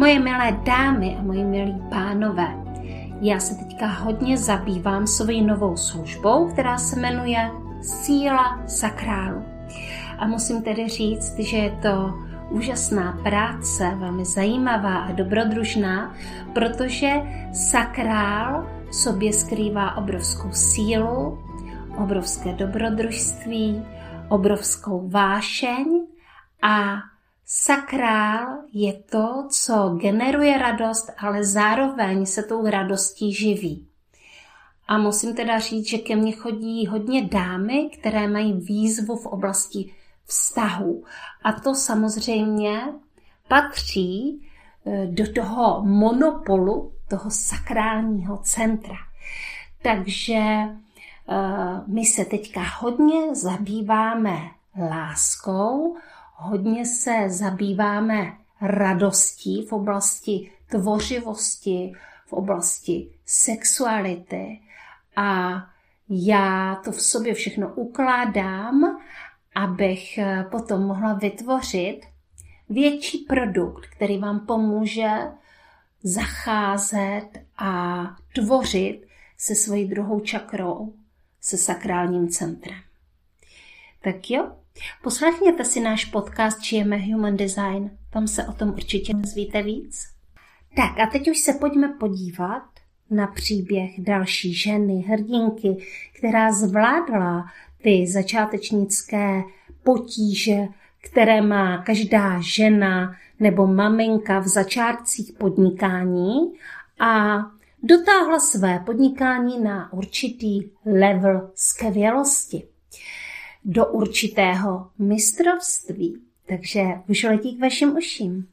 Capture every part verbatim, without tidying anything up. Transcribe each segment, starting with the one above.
Moje milé dámy a moji milí pánové, já se teďka hodně zabývám svojí novou službou, která se jmenuje Síla sakrálu. A musím tedy říct, že je to úžasná práce, velmi zajímavá a dobrodružná, protože sakrál v sobě skrývá obrovskou sílu, obrovské dobrodružství, obrovskou vášeň a sakrál je to, co generuje radost, ale zároveň se tou radostí živí. A musím teda říct, že ke mně chodí hodně dámy, které mají výzvu v oblasti vztahu. A to samozřejmě patří do toho monopolu, toho sakrálního centra. Takže my se teďka hodně zabýváme láskou, hodně se zabýváme radostí v oblasti tvořivosti, v oblasti sexuality a já to v sobě všechno ukládám, abych potom mohla vytvořit větší produkt, který vám pomůže zacházet a tvořit se svojí druhou čakrou, se sakrálním centrem. Tak jo, poslechněte si náš podcast Žijeme Human Design, tam se o tom určitě dozvíte víc. Tak a teď už se pojďme podívat na příběh další ženy, hrdinky, která zvládla ty začátečnické potíže, které má každá žena nebo maminka v začátcích podnikání a dotáhla své podnikání na určitý level skvělosti, do určitého mistrovství. Takže už letí k vašim uším.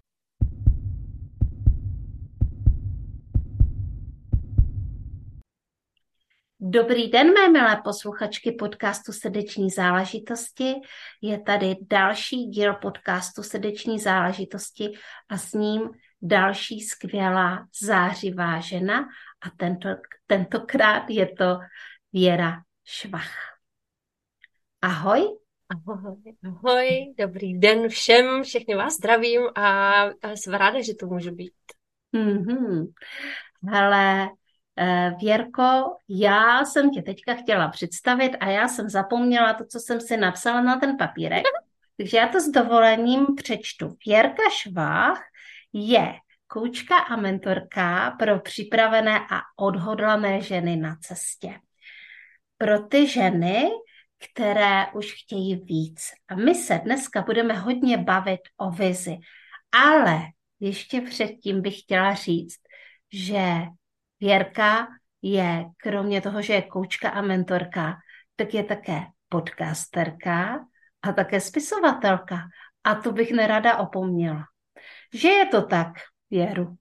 Dobrý den, mé milé posluchačky podcastu Srdeční záležitosti. Je tady další díl podcastu Srdeční záležitosti a s ním další skvělá zářivá žena a tento, tentokrát je to Věra Švach. Ahoj. Ahoj, ahoj, dobrý den všem, všechny vás zdravím a, a jsem ráda, že tu můžu být. Mm-hmm. Hele, Věrko, já jsem tě teďka chtěla představit a já jsem zapomněla to, co jsem si napsala na ten papírek, takže já to s dovolením přečtu. Věrka Švach je koučka a mentorka pro připravené a odhodlané ženy na cestě. Pro ty ženy, které už chtějí víc. A my se dneska budeme hodně bavit o vizi. Ale ještě předtím bych chtěla říct, že Věrka je, kromě toho, že je koučka a mentorka, tak je také podcasterka a také spisovatelka. A to bych nerada opomněla. Že je to tak, Věru?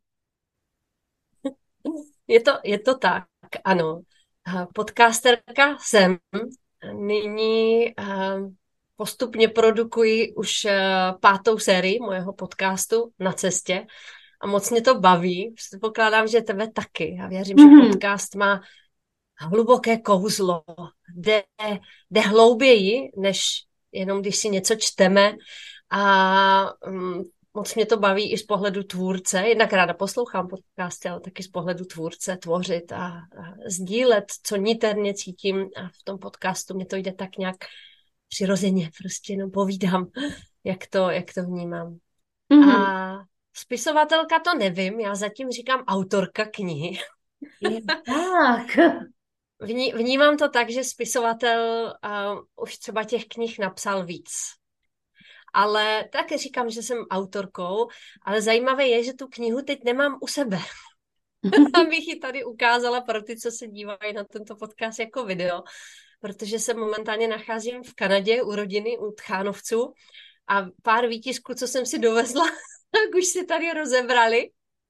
Je to, je to tak, ano. Podcasterka jsem. Nyní postupně produkuji už pátou sérii mojeho podcastu Na cestě a moc mě to baví. Předpokládám, že tebe taky. Já věřím, mm-hmm. že podcast má hluboké kouzlo. Jde, jde hlouběji, než jenom když si něco čteme a um, moc mě to baví i z pohledu tvůrce. Jednak ráda poslouchám podcasty, ale taky z pohledu tvůrce tvořit a, a sdílet, co niterně cítím. A v tom podcastu mě to jde tak nějak přirozeně. Prostě jenom povídám, jak to, jak to vnímám. Mm-hmm. A spisovatelka to nevím, já zatím říkám autorka knihy. Je tak. Vní, vnímám to tak, že spisovatel uh, už třeba těch knih napsal víc. Ale taky říkám, že jsem autorkou, ale zajímavé je, že tu knihu teď nemám u sebe. Abych ji tady ukázala pro ty, co se dívají na tento podcast jako video, protože se momentálně nacházím v Kanadě u rodiny, u Tchánovců a pár výtisků, co jsem si dovezla, tak už si tady rozebrali.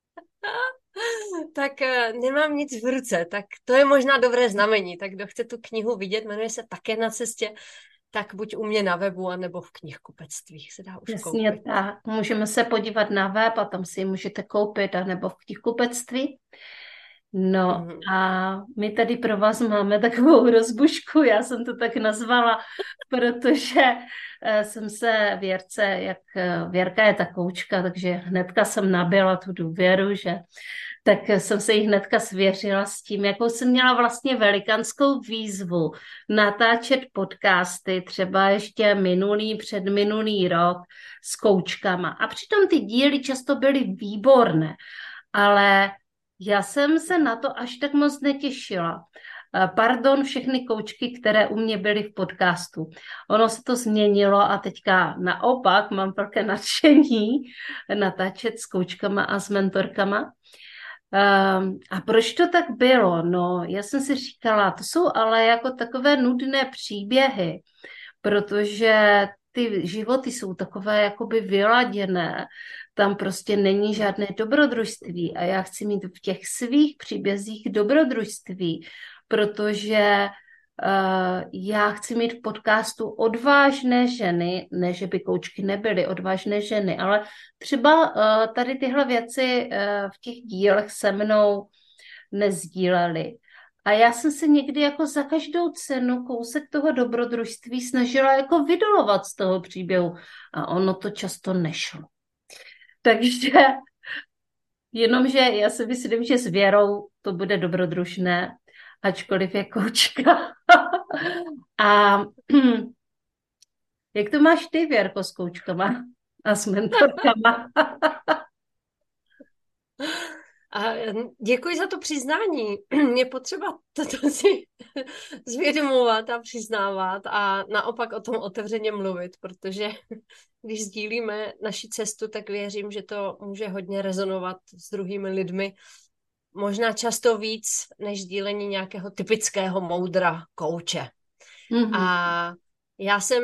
Tak nemám nic v ruce, tak to je možná dobré znamení. Tak kdo chce tu knihu vidět, jmenuje se Také na cestě, tak buď u mě na webu, anebo v knihkupectví se dá už Jasně koupit. tak. Můžeme se podívat na web a tam si ji můžete koupit, anebo v knihkupectví. No Mhm. a my tady pro vás máme takovou rozbušku, já jsem to tak nazvala, protože eh, jsem se Věrce, jak eh, Věrka je ta koučka, takže hnedka jsem nabila tu důvěru, že tak jsem se jí hnedka svěřila s tím, jakou jsem měla vlastně velikánskou výzvu natáčet podcasty, třeba ještě minulý, předminulý rok s koučkama. A přitom ty díly často byly výborné, ale já jsem se na to až tak moc netěšila. Eh, Pardon všechny koučky, které u mě byly v podcastu. Ono se to změnilo a teďka naopak mám velké nadšení natáčet s koučkama a s mentorkama. Um, a proč to tak bylo? No, já jsem si říkala, to jsou ale jako takové nudné příběhy, protože ty životy jsou takové jakoby vyladěné, tam prostě není žádné dobrodružství a já chci mít v těch svých příbězích dobrodružství, protože uh, já chci mít v podcastu odvážné ženy, ne, že by koučky nebyly odvážné ženy, ale třeba uh, tady tyhle věci uh, v těch dílech se mnou nezdílely. A já jsem se někdy jako za každou cenu kousek toho dobrodružství snažila jako vydolovat z toho příběhu. A ono to často nešlo. Takže jenomže já si myslím, že s Věrou to bude dobrodružné, ačkoliv je koučka. A jak to máš ty, Věrko, s koučkama a s mentorkama? A děkuji za to přiznání. Je potřeba toto si zvědomovat a přiznávat a naopak o tom otevřeně mluvit, protože když sdílíme naši cestu, tak věřím, že to může hodně rezonovat s druhými lidmi. Možná často víc než sdílení nějakého typického moudra kouče. Mm-hmm. A já jsem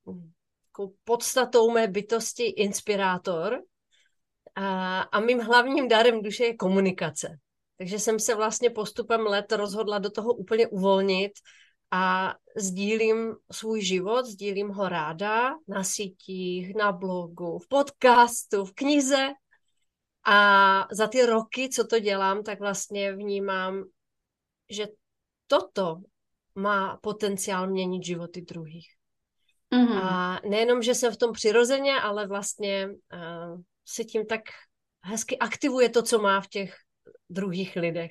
podstatou mé bytosti inspirátor, A, a mým hlavním darem duše je komunikace. Takže jsem se vlastně postupem let rozhodla do toho úplně uvolnit a sdílím svůj život, sdílím ho ráda na sítích, na blogu, v podcastu, v knize. A za ty roky, co to dělám, tak vlastně vnímám, že toto má potenciál měnit životy druhých. Mm-hmm. A nejenom, že jsem v tom přirozeně, ale vlastně uh, se tím tak hezky aktivuje to, co má v těch druhých lidech.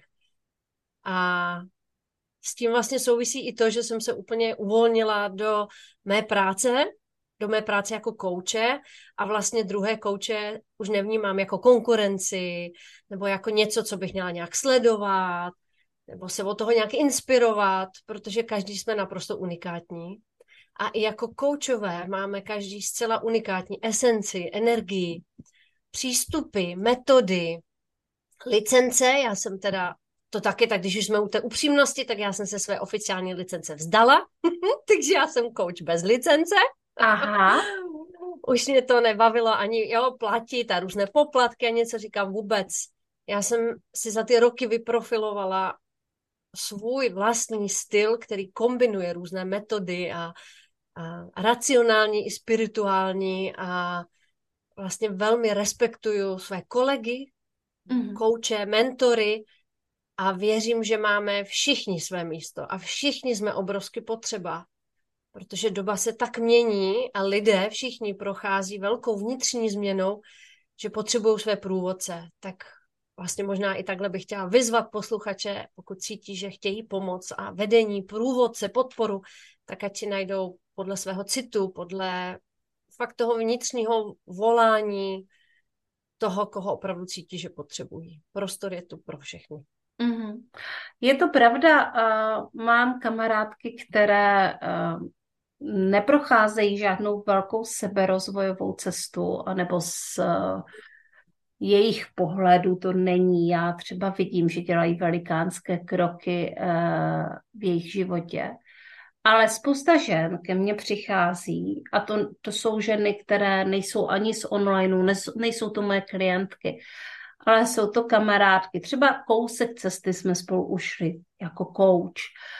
A s tím vlastně souvisí i to, že jsem se úplně uvolnila do mé práce, do mé práce jako kouče a vlastně druhé kouče už nevnímám jako konkurenci nebo jako něco, co bych měla nějak sledovat nebo se od toho nějak inspirovat, protože každý jsme naprosto unikátní. A i jako koučové máme každý zcela unikátní esenci, energii, přístupy, metody, licence. Já jsem teda to taky, tak když už jsme u té upřímnosti, tak já jsem se své oficiální licence vzdala, takže já jsem kouč bez licence. Aha. Už mě to nebavilo ani jo, platit a různé poplatky a něco, říkám vůbec. Já jsem si za ty roky vyprofilovala svůj vlastní styl, který kombinuje různé metody a, a racionální i spirituální a vlastně velmi respektuju své kolegy, mm-hmm. kouče, mentory a věřím, že máme všichni své místo a všichni jsme obrovsky potřeba, protože doba se tak mění a lidé všichni prochází velkou vnitřní změnou, že potřebují své průvodce. Tak vlastně možná i takhle bych chtěla vyzvat posluchače, pokud cítí, že chtějí pomoc a vedení, průvodce, podporu, tak ať si najdou podle svého citu, podle fakt toho vnitřního volání toho, koho opravdu cítí, že potřebují. Prostor je tu pro všechny. Mm-hmm. Je to pravda, uh, mám kamarádky, které uh, neprocházejí žádnou velkou seberozvojovou cestu, anebo z uh, jejich pohledu to není. Já třeba vidím, že dělají velikánské kroky uh, v jejich životě. Ale spousta žen ke mně přichází a to, to jsou ženy, které nejsou ani z online, nejsou to moje klientky, ale jsou to kamarádky. Třeba kousek cesty jsme spolu ušli jako coach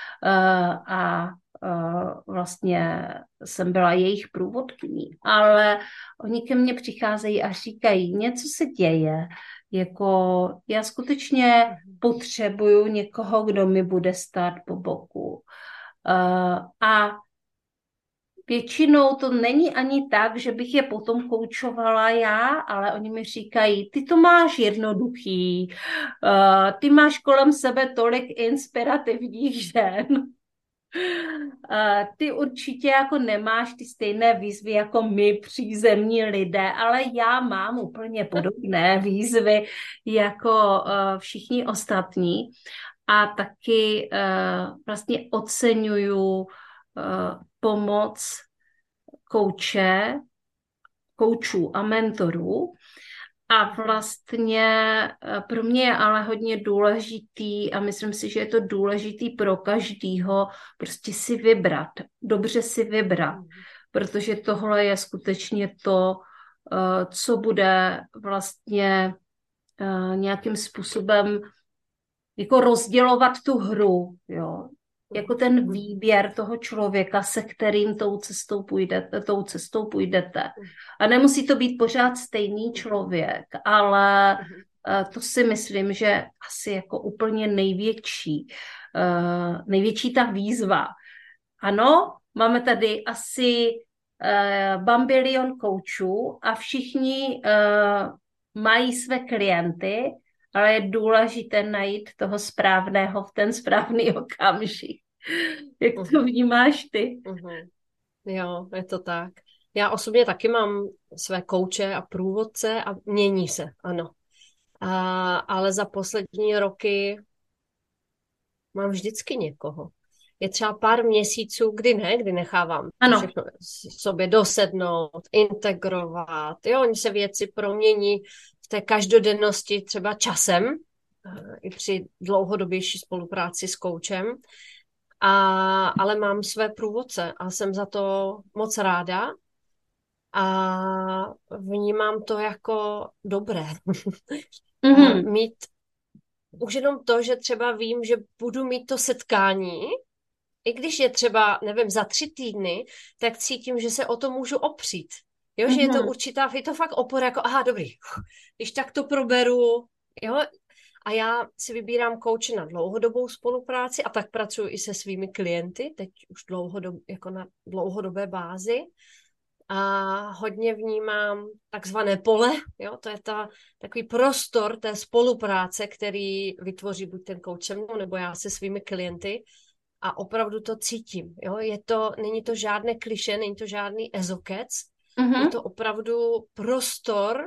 uh, a uh, vlastně jsem byla jejich průvodkyní, ale oni ke mně přicházejí a říkají, něco se děje, Jako já skutečně potřebuju někoho, kdo mi bude stát po boku. Uh, a většinou to není ani tak, že bych je potom koučovala já, ale oni mi říkají, ty to máš jednoduchý, uh, ty máš kolem sebe tolik inspirativních žen. Uh, ty určitě jako nemáš ty stejné výzvy jako my, přízemní lidé, ale já mám úplně podobné výzvy jako uh, všichni ostatní a taky uh, vlastně oceňuju uh, pomoc kouče, koučů a mentorů. A vlastně pro mě je ale hodně důležitý a myslím si, že je to důležitý pro každýho prostě si vybrat, dobře si vybrat, protože tohle je skutečně to, co bude vlastně nějakým způsobem jako rozdělovat tu hru, jo. Jako ten výběr toho člověka, se kterým tou cestou půjdete, tou cestou půjdete. A nemusí to být pořád stejný člověk, ale to si myslím, že asi jako úplně největší, největší ta výzva. Ano, máme tady asi bambilion koučů a všichni mají své klienty, ale je důležité najít toho správného v ten správný okamžik. Jak to vnímáš ty? Uh-huh. Jo, je to tak. Já osobně taky mám své kouče a průvodce a mění se, ano. A, ale za poslední roky mám vždycky někoho. Je třeba pár měsíců, kdy ne, kdy nechávám ano. všechno sobě dosednout, integrovat. Jo, oni se věci promění v té každodennosti třeba časem, i při dlouhodobější spolupráci s koučem. A, ale mám své průvodce a jsem za to moc ráda a vnímám to jako dobré. Mm-hmm. Mít už jenom to, že třeba vím, že budu mít to setkání, i když je třeba, nevím, za tři týdny, tak cítím, že se o to můžu opřít. Jo, mm-hmm. že je to určitá, je to fakt opora, jako aha, dobrý, když tak to proberu, jo. A já si vybírám kouče na dlouhodobou spolupráci a tak pracuji i se svými klienty, teď už dlouhodob, jako na dlouhodobé bázi. A hodně vnímám takzvané pole, jo, to je ta, takový prostor té spolupráce, který vytvoří buď ten kouč se mnou, nebo já se svými klienty. A opravdu to cítím. Jo? Je to, není to žádné klišé, není to žádný ezokec. Mm-hmm. Je to opravdu prostor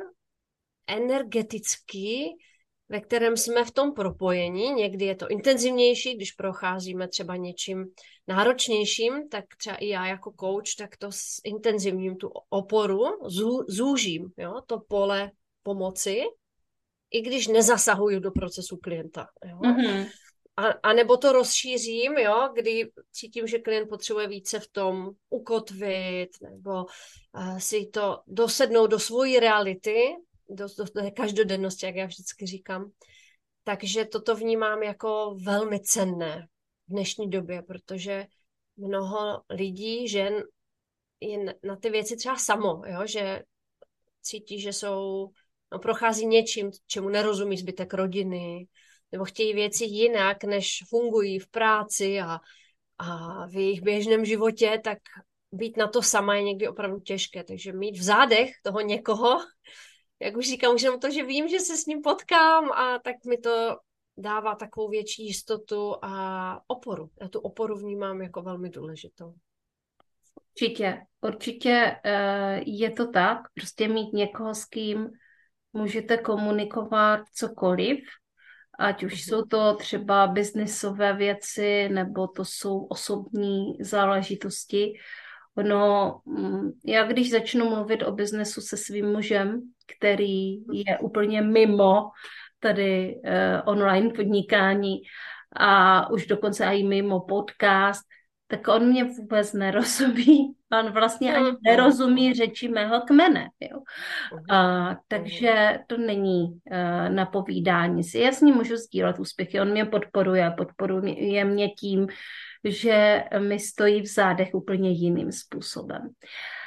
energetický, ve kterém jsme v tom propojení. Někdy je to intenzivnější, když procházíme třeba něčím náročnějším, tak třeba i já jako coach, tak to intenzivním tu oporu zů, zúžím, jo? To pole pomoci, i když nezasahuju do procesu klienta. Jo? Mm-hmm. A, a nebo to rozšířím, jo, kdy cítím, že klient potřebuje více v tom ukotvit, nebo uh, si to dosednout do svojí reality, do, do, do každodennosti, jak já vždycky říkám. Takže toto vnímám jako velmi cenné v dnešní době, protože mnoho lidí, žen, je na ty věci třeba samo, jo, že cítí, že jsou, no, prochází něčím, čemu nerozumí zbytek rodiny, nebo chtějí věci jinak, než fungují v práci a, a v jejich běžném životě, tak být na to sama je někdy opravdu těžké. Takže mít v zádech toho někoho, jak už říkám, už jenom to, že vím, že se s ním potkám a tak mi to dává takovou větší jistotu a oporu. Já tu oporu vnímám jako velmi důležitou. Určitě, určitě je to tak. Prostě mít někoho, s kým můžete komunikovat cokoliv, ať už jsou to třeba biznisové věci, nebo to jsou osobní záležitosti. No, já když začnu mluvit o biznesu se svým mužem, který je úplně mimo tady eh, online podnikání a už dokonce i mimo podcast, tak on mě vůbec nerozumí. On vlastně ani nerozumí řeči mého kmene. Jo. A, takže to není uh, na povídání si. Já s ním můžu sdílet úspěchy. On mě podporuje. Podporuje mě tím, že mi stojí v zádech úplně jiným způsobem.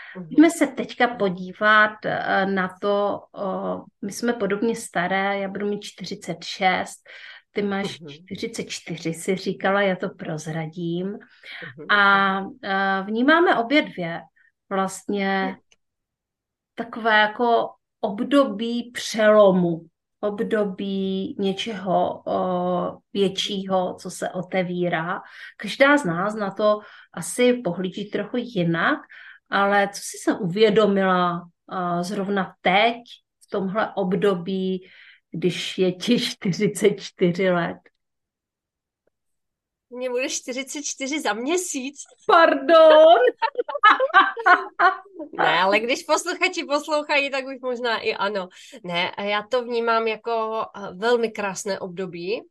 Pojďme se teďka podívat na to, my jsme podobně staré, já budu mít čtyřicet šest, ty máš čtyřicet čtyři, si říkala, já to prozradím. A vnímáme obě dvě vlastně takové jako období přelomu, období něčeho o, většího, co se otevírá. Každá z nás na to asi pohlíží trochu jinak, ale co jsi se uvědomila o, zrovna teď, v tomhle období, když je ti čtyřicet čtyři let? Mně bude čtyřicet čtyři za měsíc. Pardon! Ne, ale když posluchači poslouchají, tak už možná i ano. Ne, já to vnímám jako velmi krásné období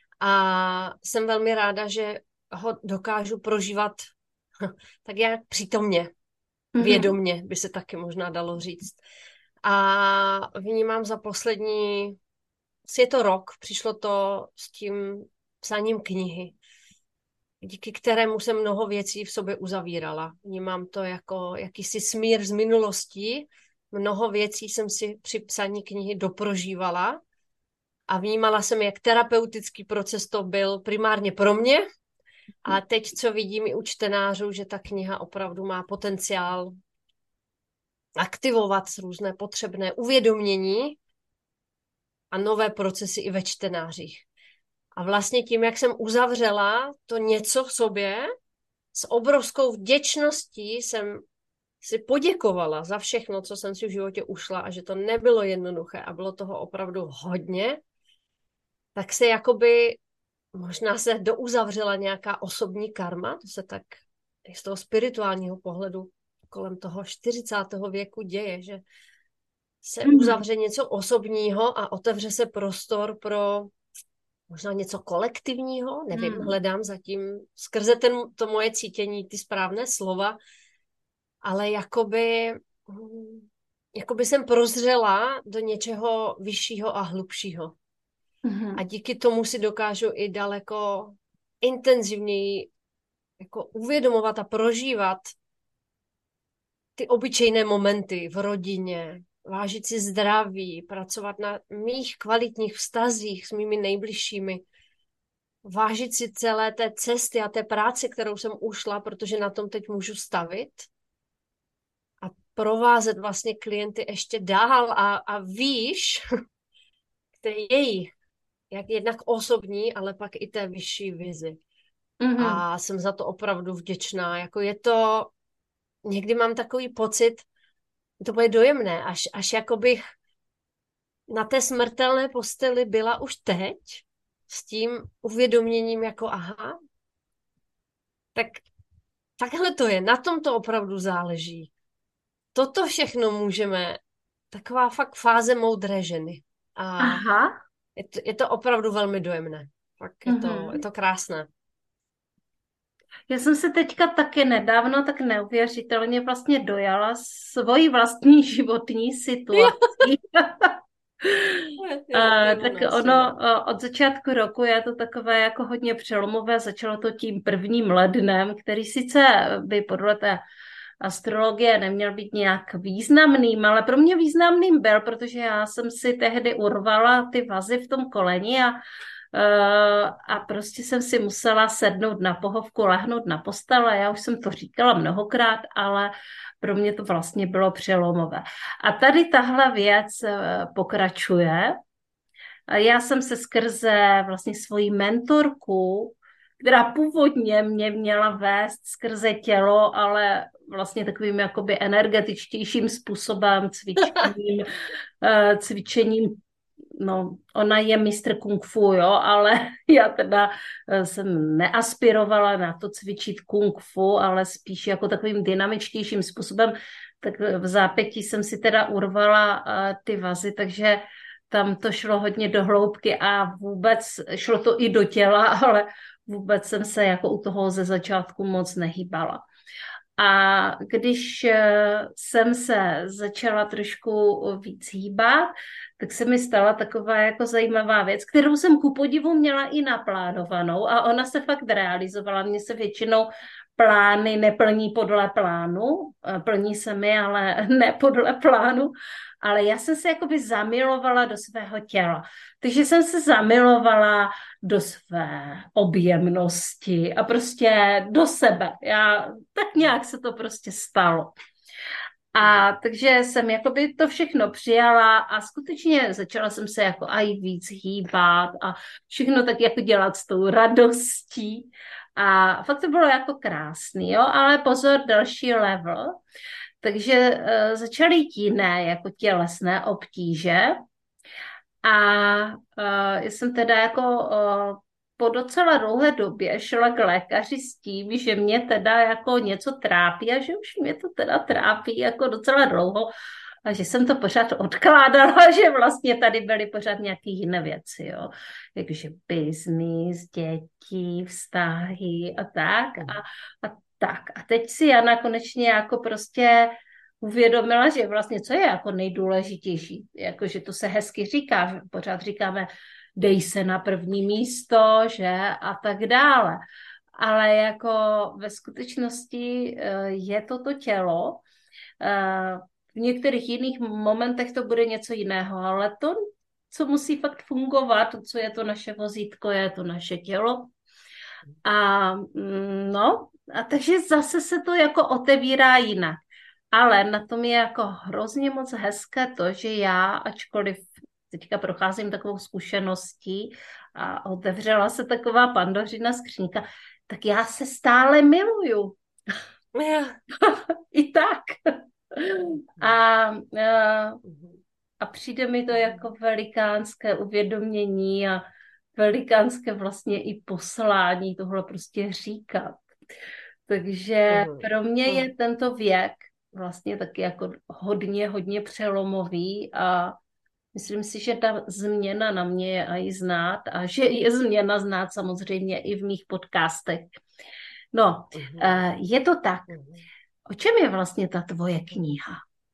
a jsem velmi ráda, že ho dokážu prožívat tak jak přítomně, vědomně, by se taky možná dalo říct. A vnímám za poslední, je to rok, přišlo to s tím psaním knihy, díky kterému jsem mnoho věcí v sobě uzavírala. Vnímám to jako jakýsi smír z minulostí. Mnoho věcí jsem si při psaní knihy doprožívala a vnímala jsem, jak terapeutický proces to byl primárně pro mě. A teď, co vidím i u čtenářů, že ta kniha opravdu má potenciál aktivovat různé potřebné uvědomění a nové procesy i ve čtenářích. A vlastně tím, jak jsem uzavřela to něco v sobě, s obrovskou vděčností jsem si poděkovala za všechno, co jsem si v životě ušla a že to nebylo jednoduché a bylo toho opravdu hodně, tak se jakoby možná se douzavřela nějaká osobní karma, to se tak z toho spirituálního pohledu kolem toho čtyřicátého věku děje, že se uzavře něco osobního a otevře se prostor pro možná něco kolektivního, nevím, hmm. hledám zatím skrze ten, to moje cítění ty správné slova, ale jakoby, jakoby jsem prozřela do něčeho vyššího a hlubšího. Hmm. A díky tomu si dokážu i daleko intenzivněji jako uvědomovat a prožívat ty obyčejné momenty v rodině, vážit si zdraví, pracovat na mých kvalitních vztazích s mými nejbližšími, vážit si celé té cesty a té práce, kterou jsem ušla, protože na tom teď můžu stavit a provázet vlastně klienty ještě dál a, a výš k té její, jak jednak osobní, ale pak i té vyšší vizi. Mm-hmm. A jsem za to opravdu vděčná. Jako je to, někdy mám takový pocit, to bude dojemné, až, až jako bych na té smrtelné posteli byla už teď s tím uvědoměním jako aha, tak takhle to je, na tom to opravdu záleží. Toto všechno můžeme, taková fakt fáze moudré ženy. A aha. Je to, je to opravdu velmi dojemné. Fakt je, mm-hmm. to, je to krásné. Já jsem se teďka taky nedávno tak neuvěřitelně vlastně dojala svoji vlastní životní situaci. A, tak ono od začátku roku je to takové jako hodně přelomové. Začalo to tím prvním lednem, který sice by podle té astrologie neměl být nějak významným, ale pro mě významným byl, protože já jsem si tehdy urvala ty vazy v tom koleni a Uh, a prostě jsem si musela sednout na pohovku, lehnout na postel a já už jsem to říkala mnohokrát, ale pro mě to vlastně bylo přelomové. A tady tahle věc uh, pokračuje. Já jsem se skrze vlastně svoji mentorku, která původně mě měla vést skrze tělo, ale vlastně takovým jakoby energetičtějším způsobem, cvičením, uh, cvičením. No, ona je mistr kung fu, jo, ale já teda jsem neaspirovala na to cvičit kung fu, ale spíš jako takovým dynamičtějším způsobem, tak v zápětí jsem si teda urvala uh, ty vazy, takže tam to šlo hodně do hloubky a vůbec šlo to i do těla, ale vůbec jsem se jako u toho ze začátku moc nehýbala. A když jsem se začala trošku víc hýbat, tak se mi stala taková jako zajímavá věc, kterou jsem ku podivu měla i naplánovanou a ona se fakt realizovala. Mně se většinou plány neplní podle plánu, plní se mi, ale ne podle plánu, ale já jsem se jakoby zamilovala do svého těla. Takže jsem se zamilovala do své objemnosti a prostě do sebe. Já, tak nějak se to prostě stalo. A takže jsem jakoby to všechno přijala a skutečně začala jsem se jako aj víc hýbat a všechno tak jako dělat s tou radostí. A fakt to bylo jako krásný, jo, ale pozor, další level. Takže uh, začaly jít jiné jako tělesné obtíže a uh, jsem teda jako uh, po docela dlouhé době šla k lékaři s tím, že mě teda jako něco trápí a že už mě to teda trápí jako docela dlouho a že jsem to pořád odkládala, že vlastně tady byly pořád nějaké jiné věci, jo. Jakože biznis, děti, vztahy a tak a, a tak. A teď si Jana konečně jako prostě uvědomila, že vlastně co je jako nejdůležitější, jakože to se hezky říká, že pořád říkáme dej se na první místo, že a tak dále. Ale jako ve skutečnosti je to to tělo. V některých jiných momentech to bude něco jiného, ale to, co musí fakt fungovat, co je to naše vozítko, je to naše tělo. A no, a takže zase se to jako otevírá jinak. Ale na tom je jako hrozně moc hezké to, že já, ačkoliv teďka procházím takovou zkušeností a otevřela se taková Pandořina skřínka, tak já se stále miluju. Yeah. I tak. A, a, a přijde mi to jako velikánské uvědomění a velikánské vlastně i poslání tohle prostě říkat. Takže pro mě je tento věk vlastně taky jako hodně, hodně přelomový a myslím si, že ta změna na mě je i znát a že je změna znát samozřejmě i v mých podcastech. No, uh-huh. je to tak. Uh-huh. O čem je vlastně ta tvoje kniha?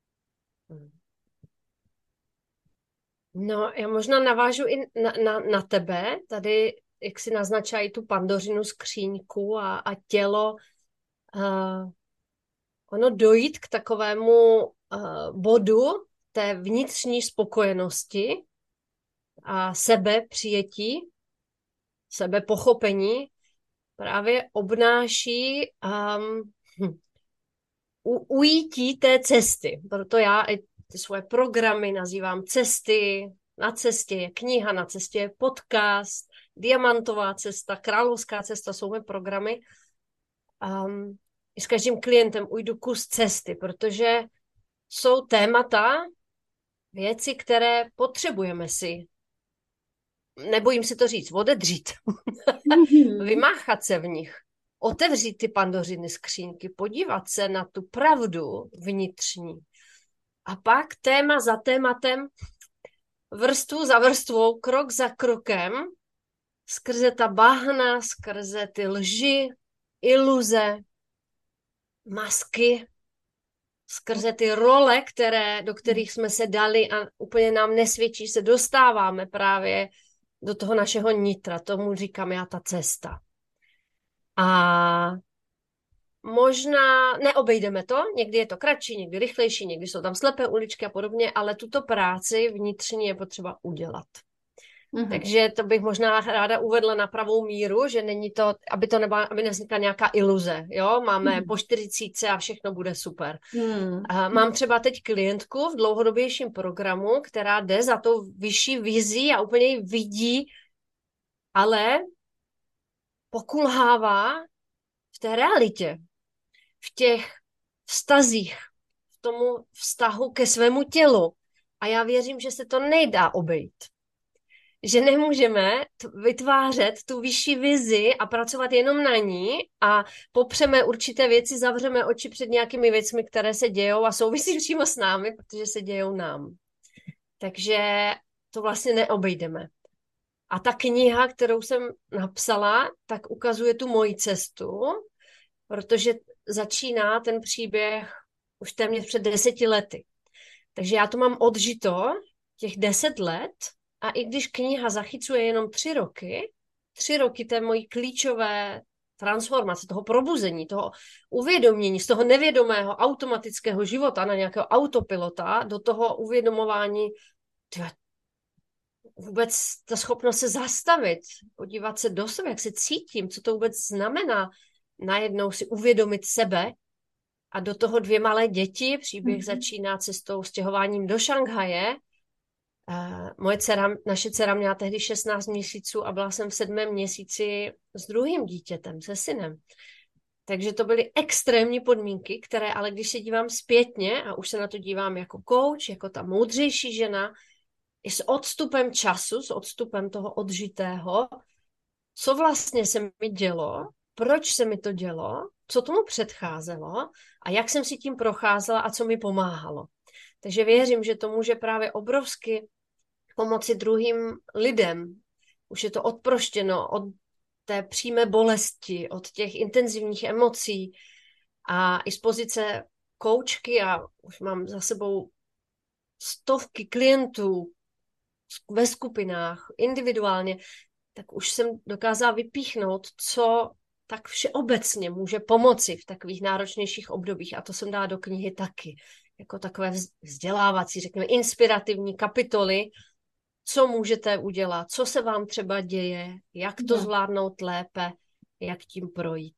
No, já možná navážu i na, na, na tebe. Tady, jak si naznačají tu Pandořinu skříňku a, a tělo, uh, ono dojít k takovému uh, bodu té vnitřní spokojenosti a sebepřijetí, sebepochopení právě obnáší um, hm, u, ujítí té cesty. Proto já i ty svoje programy nazývám cesty. Na cestě je kniha, na cestě je podcast, diamantová cesta, královská cesta jsou mé programy. Um, I s každým klientem ujdu kus cesty, protože jsou témata, věci, které potřebujeme si, nebojím si to říct, odedřít, vymáchat se v nich, otevřít ty Pandořiny skřínky, podívat se na tu pravdu vnitřní. A pak téma za tématem, vrstvu za vrstvou, krok za krokem, skrze ta bahna, skrze ty lži, iluze, masky, skrze ty role, které, do kterých jsme se dali a úplně nám nesvědčí, se dostáváme právě do toho našeho nitra. Tomu říkám já ta cesta. A možná neobejdeme to, někdy je to kratší, někdy rychlejší, někdy jsou tam slepé uličky a podobně, ale tuto práci vnitřní je potřeba udělat. Mm-hmm. Takže to bych možná ráda uvedla na pravou míru, že není to, aby to nebyla, aby nevznikla nějaká iluze, jo, máme mm. po čtyřicítce a všechno bude super. Mm. A mám třeba teď klientku v dlouhodobějším programu, která jde za tou vyšší vizí a úplně ji vidí, ale pokulhává v té realitě, v těch vztazích, v tomu vztahu ke svému tělu. A já věřím, že se to nejdá obejít. Že nemůžeme vytvářet tu vyšší vizi a pracovat jenom na ní a popřeme určité věci, zavřeme oči před nějakými věcmi, které se dějou a souvisí přímo s námi, protože se dějou nám. Takže to vlastně neobejdeme. A ta kniha, kterou jsem napsala, tak ukazuje tu moji cestu, protože začíná ten příběh už téměř před deseti lety. Takže já to mám odžito, těch deset let, a i když kniha zachycuje jenom tři roky, tři roky té mojí klíčové, transformace, toho probuzení, toho uvědomění z toho nevědomého automatického života na nějakého autopilota do toho uvědomování, tyhle, vůbec ta schopnost se zastavit, podívat se do sebe, jak se cítím, co to vůbec znamená, najednou si uvědomit sebe a do toho dvě malé děti. Příběh mm-hmm. začíná cestou stěhováním do Šanghaje. Uh, moje dcera, naše dcera měla tehdy šestnáct měsíců a byla jsem v sedmém měsíci s druhým dítětem, se synem. Takže to byly extrémní podmínky, které ale když se dívám zpětně a už se na to dívám jako coach, jako ta moudřejší žena, i s odstupem času, s odstupem toho odžitého, co vlastně se mi dělo, proč se mi to dělo, co tomu předcházelo a jak jsem si tím procházela a co mi pomáhalo. Takže věřím, že to může právě obrovsky pomoci druhým lidem. Už je to odproštěno od té přímé bolesti, od těch intenzivních emocí a i z pozice koučky, a už mám za sebou stovky klientů ve skupinách, individuálně, tak už jsem dokázala vypíchnout, co tak všeobecně může pomoci v takových náročnějších obdobích. A to jsem dala do knihy taky. Jako takové vzdělávací, řekněme, inspirativní kapitoly, co můžete udělat, co se vám třeba děje, jak to zvládnout lépe, jak tím projít.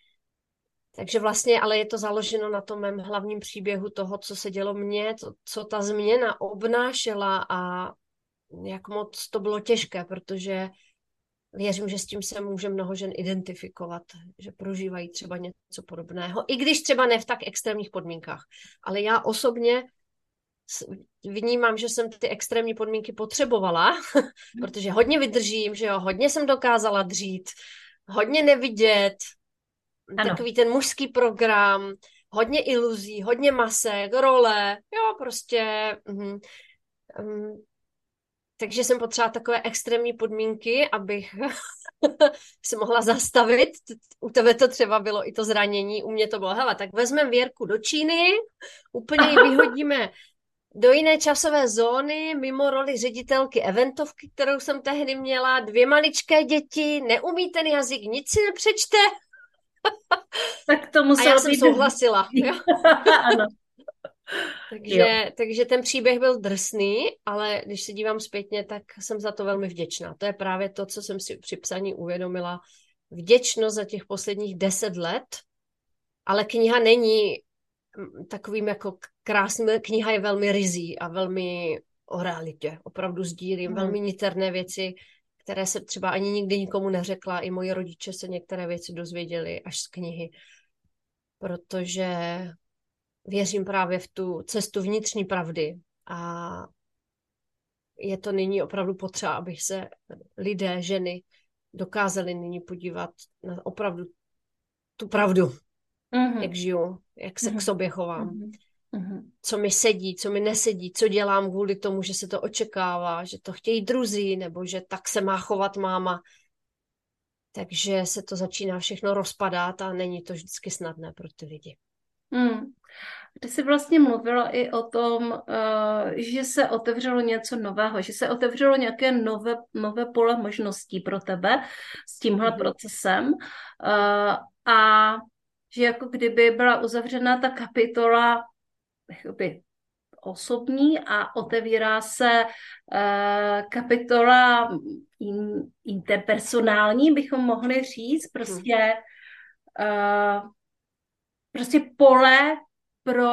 Takže vlastně, ale je to založeno na tom mém hlavním příběhu toho, co se dělo mně, to, co ta změna obnášela a jak moc to bylo těžké, protože věřím, že s tím se může mnoho žen identifikovat, že prožívají třeba něco podobného, i když třeba ne v tak extrémních podmínkách. Ale já osobně vnímám, že jsem ty extrémní podmínky potřebovala, protože hodně vydržím, že jo, hodně jsem dokázala dřít, hodně nevidět, ano. Takový ten mužský program, hodně iluzí, hodně masek, role, jo, prostě... Mm, mm, takže jsem potřebovala takové extrémní podmínky, abych se mohla zastavit. U tebe to třeba bylo i to zranění, u mě to bylo, hele, tak vezmeme Věrku do Číny, úplně ji vyhodíme do jiné časové zóny, mimo roli ředitelky eventovky, kterou jsem tehdy měla, dvě maličké děti, neumí ten jazyk, nic si nepřečte. Tak to muselo A já jsem být souhlasila. Ano. Takže, takže ten příběh byl drsný, ale když se dívám zpětně, tak jsem za to velmi vděčná. To je právě to, co jsem si při psaní uvědomila. Vděčnost za těch posledních deset let, ale kniha není takovým jako krásným, kniha je velmi rizí a velmi o realitě. Opravdu sdílím hmm. velmi niterné věci, které se třeba ani nikdy nikomu neřekla. I moji rodiče se některé věci dozvěděli až z knihy, protože věřím právě v tu cestu vnitřní pravdy a je to nyní opravdu potřeba, aby se lidé, ženy dokázali nyní podívat na opravdu tu pravdu, mm-hmm. jak žiju, jak se mm-hmm. k sobě chovám, mm-hmm. co mi sedí, co mi nesedí, co dělám kvůli tomu, že se to očekává, že to chtějí druzí, nebo že tak se má chovat máma. Takže se to začíná všechno rozpadat a není to vždycky snadné pro ty lidi. Mm. Ty jsi vlastně mluvila i o tom, uh, že se otevřelo něco nového, že se otevřelo nějaké nové, nové pole možností pro tebe s tímhle mm. procesem uh, a že jako kdyby byla uzavřena ta kapitola jakoby osobní a otevírá se uh, kapitola in, interpersonální, bychom mohli říct, prostě uh, prostě pole pro,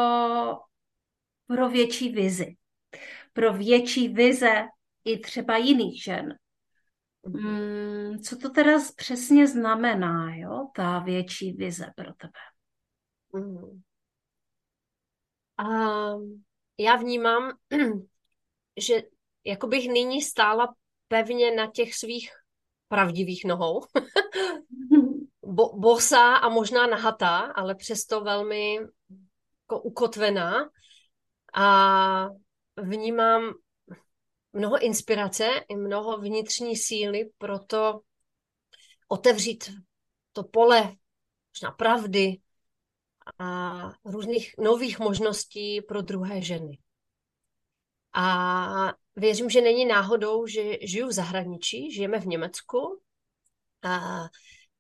pro větší vizi. Pro větší vize i třeba jiných žen. Hmm, co to teda přesně znamená, jo? Ta větší vize pro tebe? Mm. A já vnímám, že jako bych nyní stála pevně na těch svých pravdivých nohou. Bo, bosá a možná nahatá, ale přesto velmi jako ukotvená. A vnímám mnoho inspirace i mnoho vnitřní síly pro to otevřít to pole možná pravdy a různých nových možností pro druhé ženy. A věřím, že není náhodou, že žiju v zahraničí, žijeme v Německu. A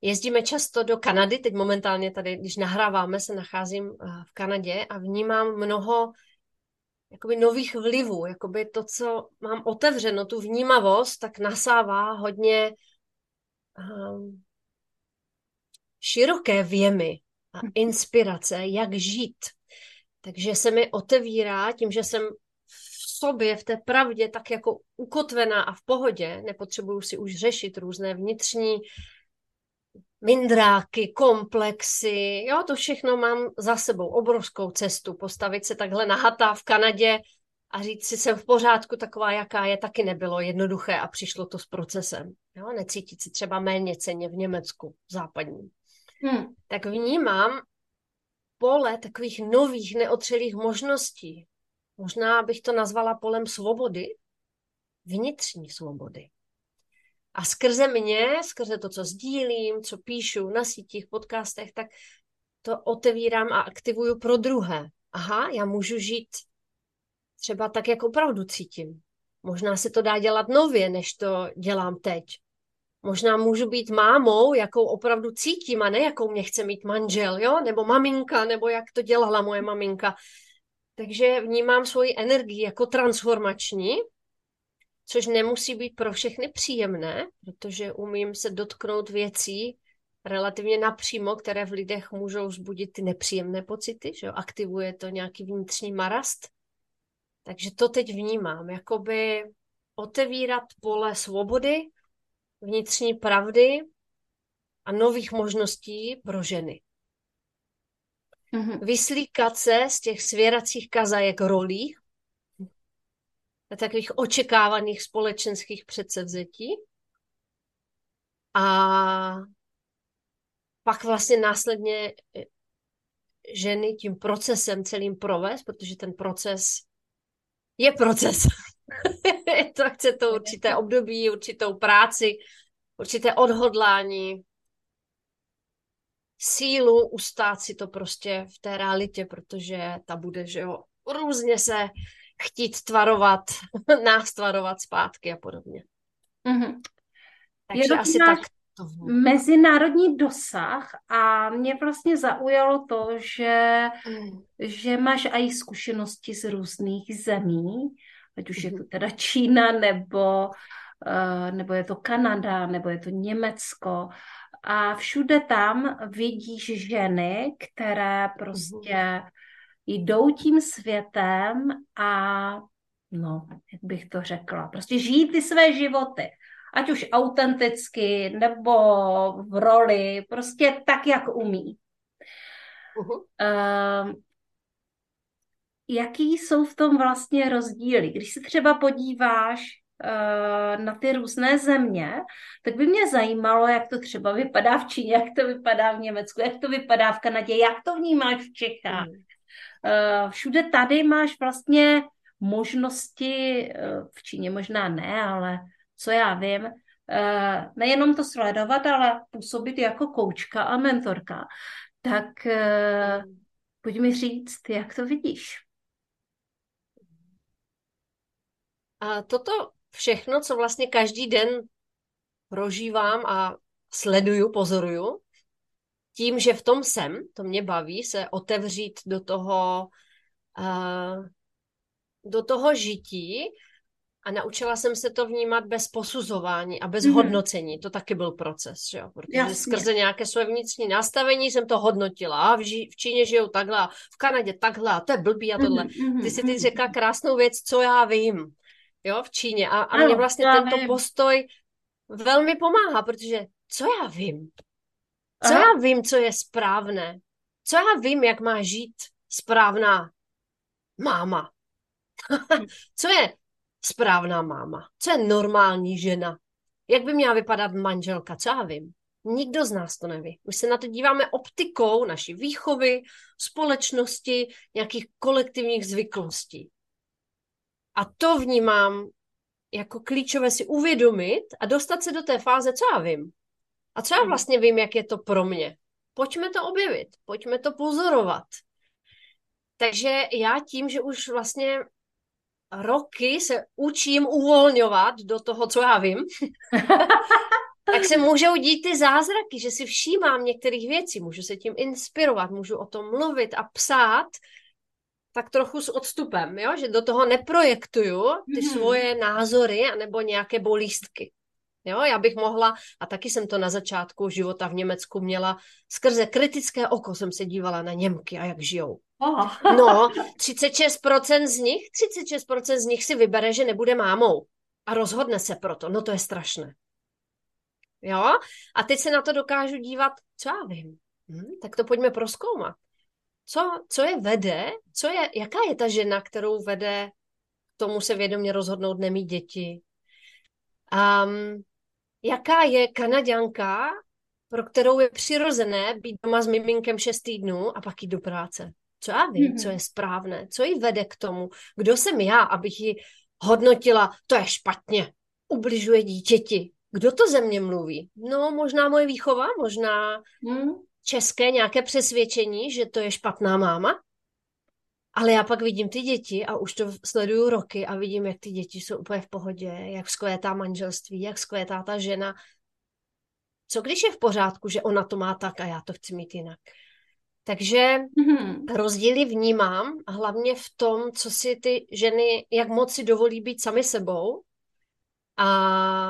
jezdíme často do Kanady, teď momentálně tady, když nahráváme, se nacházím v Kanadě a vnímám mnoho jakoby nových vlivů, jakoby to, co mám otevřeno, tu vnímavost, tak nasává hodně um, široké věmy a inspirace, jak žít. Takže se mi otevírá tím, že jsem v sobě, v té pravdě tak jako ukotvená a v pohodě, nepotřebuju si už řešit různé vnitřní mindráky, komplexy, jo, to všechno mám za sebou, obrovskou cestu, postavit se takhle na hata v Kanadě a říct si, jsem v pořádku taková, jaká je, taky nebylo jednoduché a přišlo to s procesem, jo, necítit si třeba méně cenně v Německu západním. Hmm. Tak vnímám pole takových nových, neotřelých možností. Možná bych to nazvala polem svobody, vnitřní svobody. A skrze mě, skrze to, co sdílím, co píšu na sítích, podcastech, tak to otevírám a aktivuju pro druhé. Aha, já můžu žít třeba tak, jak opravdu cítím. Možná se to dá dělat nově, než to dělám teď. Možná můžu být mámou, jakou opravdu cítím, a ne jakou mě chce mít manžel, jo? Nebo maminka, nebo jak to dělala moje maminka. Takže vnímám svoji energii jako transformační, což nemusí být pro všechny příjemné, protože umím se dotknout věcí relativně napřímo, které v lidech můžou vzbudit ty nepříjemné pocity, že jo? Aktivuje to nějaký vnitřní marast. Takže to teď vnímám, jakoby otevírat pole svobody, vnitřní pravdy a nových možností pro ženy. Mm-hmm. Vyslíkat se z těch svěracích kazajek rolí a takových očekávaných společenských předsevzetí a pak vlastně následně ženy tím procesem celým provést, protože ten proces je proces. To chce to určité období, určitou práci, určité odhodlání, sílu ustát si to prostě v té realitě, protože ta bude, že jo, různě se chtít tvarovat, nás tvarovat zpátky a podobně. Mm-hmm. Takže asi tak. Mezinárodní dosah a mě vlastně zaujalo to, že, mm. že máš i zkušenosti z různých zemí, ať už je to teda Čína, nebo, uh, nebo je to Kanada, nebo je to Německo. A všude tam vidíš ženy, které prostě jdou tím světem a, no, jak bych to řekla, prostě žijí ty své životy. Ať už autenticky, nebo v roli, prostě tak, jak umí. Uh-huh. Uh, jaký jsou v tom vlastně rozdíly? Když se třeba podíváš uh, na ty různé země, tak by mě zajímalo, jak to třeba vypadá v Číně, jak to vypadá v Německu, jak to vypadá v Kanadě, jak to vnímáš v Čechách. Uh, všude tady máš vlastně možnosti, uh, v Číně možná ne, ale co já vím, nejenom to sledovat, ale působit jako koučka a mentorka. Tak pojď mi říct, jak to vidíš. A toto všechno, co vlastně každý den prožívám a sleduju, pozoruju, tím, že v tom jsem, to mě baví, se otevřít do toho, do toho žití. A naučila jsem se to vnímat bez posuzování a bez mm. hodnocení. To taky byl proces, že jo? Protože Jasně. skrze nějaké své vnitřní nastavení jsem to hodnotila. A v, ži- v Číně žijou takhle, a v Kanadě takhle, a to je blbý a tohle. Mm. Ty si teď řekla krásnou věc, co já vím, jo, v Číně. A, a mě vlastně tento vím. postoj velmi pomáhá, protože co já vím? Co Aha. já vím, co je správné? Co já vím, jak má žít správná máma? Co je správná máma? Co je normální žena? Jak by měla vypadat manželka? Co já vím? Nikdo z nás to neví. My se na to díváme optikou naší výchovy, společnosti, nějakých kolektivních zvyklostí. A to vnímám jako klíčové si uvědomit a dostat se do té fáze, co já vím. A co já vlastně vím, jak je to pro mě. Pojďme to objevit, pojďme to pozorovat. Takže já tím, že už vlastně roky se učím uvolňovat do toho, co já vím, tak se můžou dít ty zázraky, že si všímám některých věcí, můžu se tím inspirovat, můžu o tom mluvit a psát, tak trochu s odstupem, jo? Že do toho neprojektuju ty Mhm. svoje názory anebo nějaké bolístky. Jo, já bych mohla, a taky jsem to na začátku života v Německu měla, skrze kritické oko jsem se dívala na Němky a jak žijou. Oh. No, třicet šest procent z nich, třicet šest procent z nich si vybere, že nebude mámou a rozhodne se proto. No to je strašné. Jo? A teď se na to dokážu dívat, co já vím. Hm, tak to pojďme prozkoumat. Co, co je vede, co je, jaká je ta žena, kterou vede k tomu se vědomě rozhodnout nemít děti. Um, jaká je Kanaďanka, pro kterou je přirozené být doma s miminkem šest týdnů a pak jít do práce. Co já vím, mm-hmm. co je správné, co jí vede k tomu. Kdo jsem já, abych ji hodnotila, to je špatně, ubližuje dítěti. Kdo to ze mně mluví? No, možná moje výchova, možná mm. české nějaké přesvědčení, že to je špatná máma. Ale já pak vidím ty děti a už to sleduju roky a vidím, jak ty děti jsou úplně v pohodě, jak vzkvétá manželství, jak vzkvétá ta žena. Co když je v pořádku, že ona to má tak a já to chci mít jinak? Takže mm-hmm. rozdíly vnímám hlavně v tom, co si ty ženy, jak moc si dovolí být sami sebou a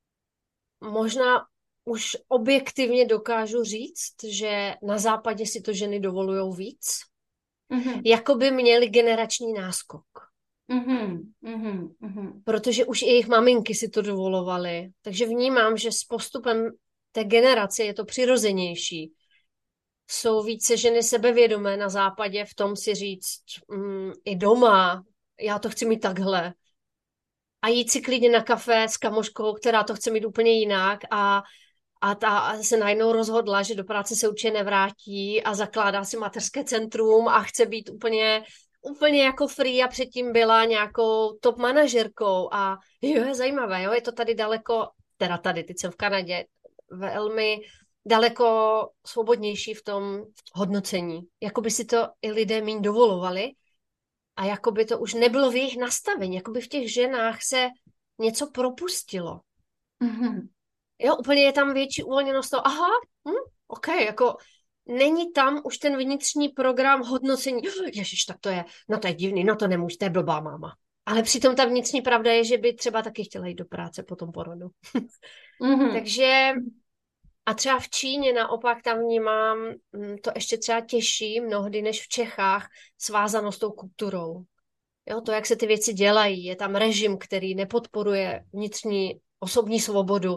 možná už objektivně dokážu říct, že na západě si to ženy dovolujou víc, mm-hmm. jako by měli generační náskok. Mm-hmm. Mm-hmm. Protože už i jejich maminky si to dovolovaly. Takže vnímám, že s postupem té generace je to přirozenější. Jsou více ženy sebevědomé na západě v tom si říct mm, i doma, já to chci mít takhle. A jít si klidně na kafe s kamoškou, která to chce mít úplně jinak a, a ta se najednou rozhodla, že do práce se určitě nevrátí a zakládá si mateřské centrum a chce být úplně, úplně jako free a předtím byla nějakou top manažerkou a jo, je zajímavé, jo, je to tady daleko, teda tady, teď jsem v Kanadě, velmi daleko svobodnější v tom hodnocení. Jakoby si to i lidé míň dovolovali a jakoby to už nebylo v jejich nastavení, jakoby v těch ženách se něco propustilo. Mm-hmm. Jo, úplně je tam větší uvolněnost toho, aha, hm, ok, jako není tam už ten vnitřní program hodnocení, ježiš, tak to je, no to je divný, no to nemůže, to je blbá máma. Ale přitom ta vnitřní pravda je, že by třeba taky chtěla jít do práce po tom porodu. Mm-hmm. Takže a třeba v Číně naopak tam vnímám to ještě třeba těžší mnohdy než v Čechách svázanost s tou kulturou. Jo, to, jak se ty věci dělají, je tam režim, který nepodporuje vnitřní osobní svobodu.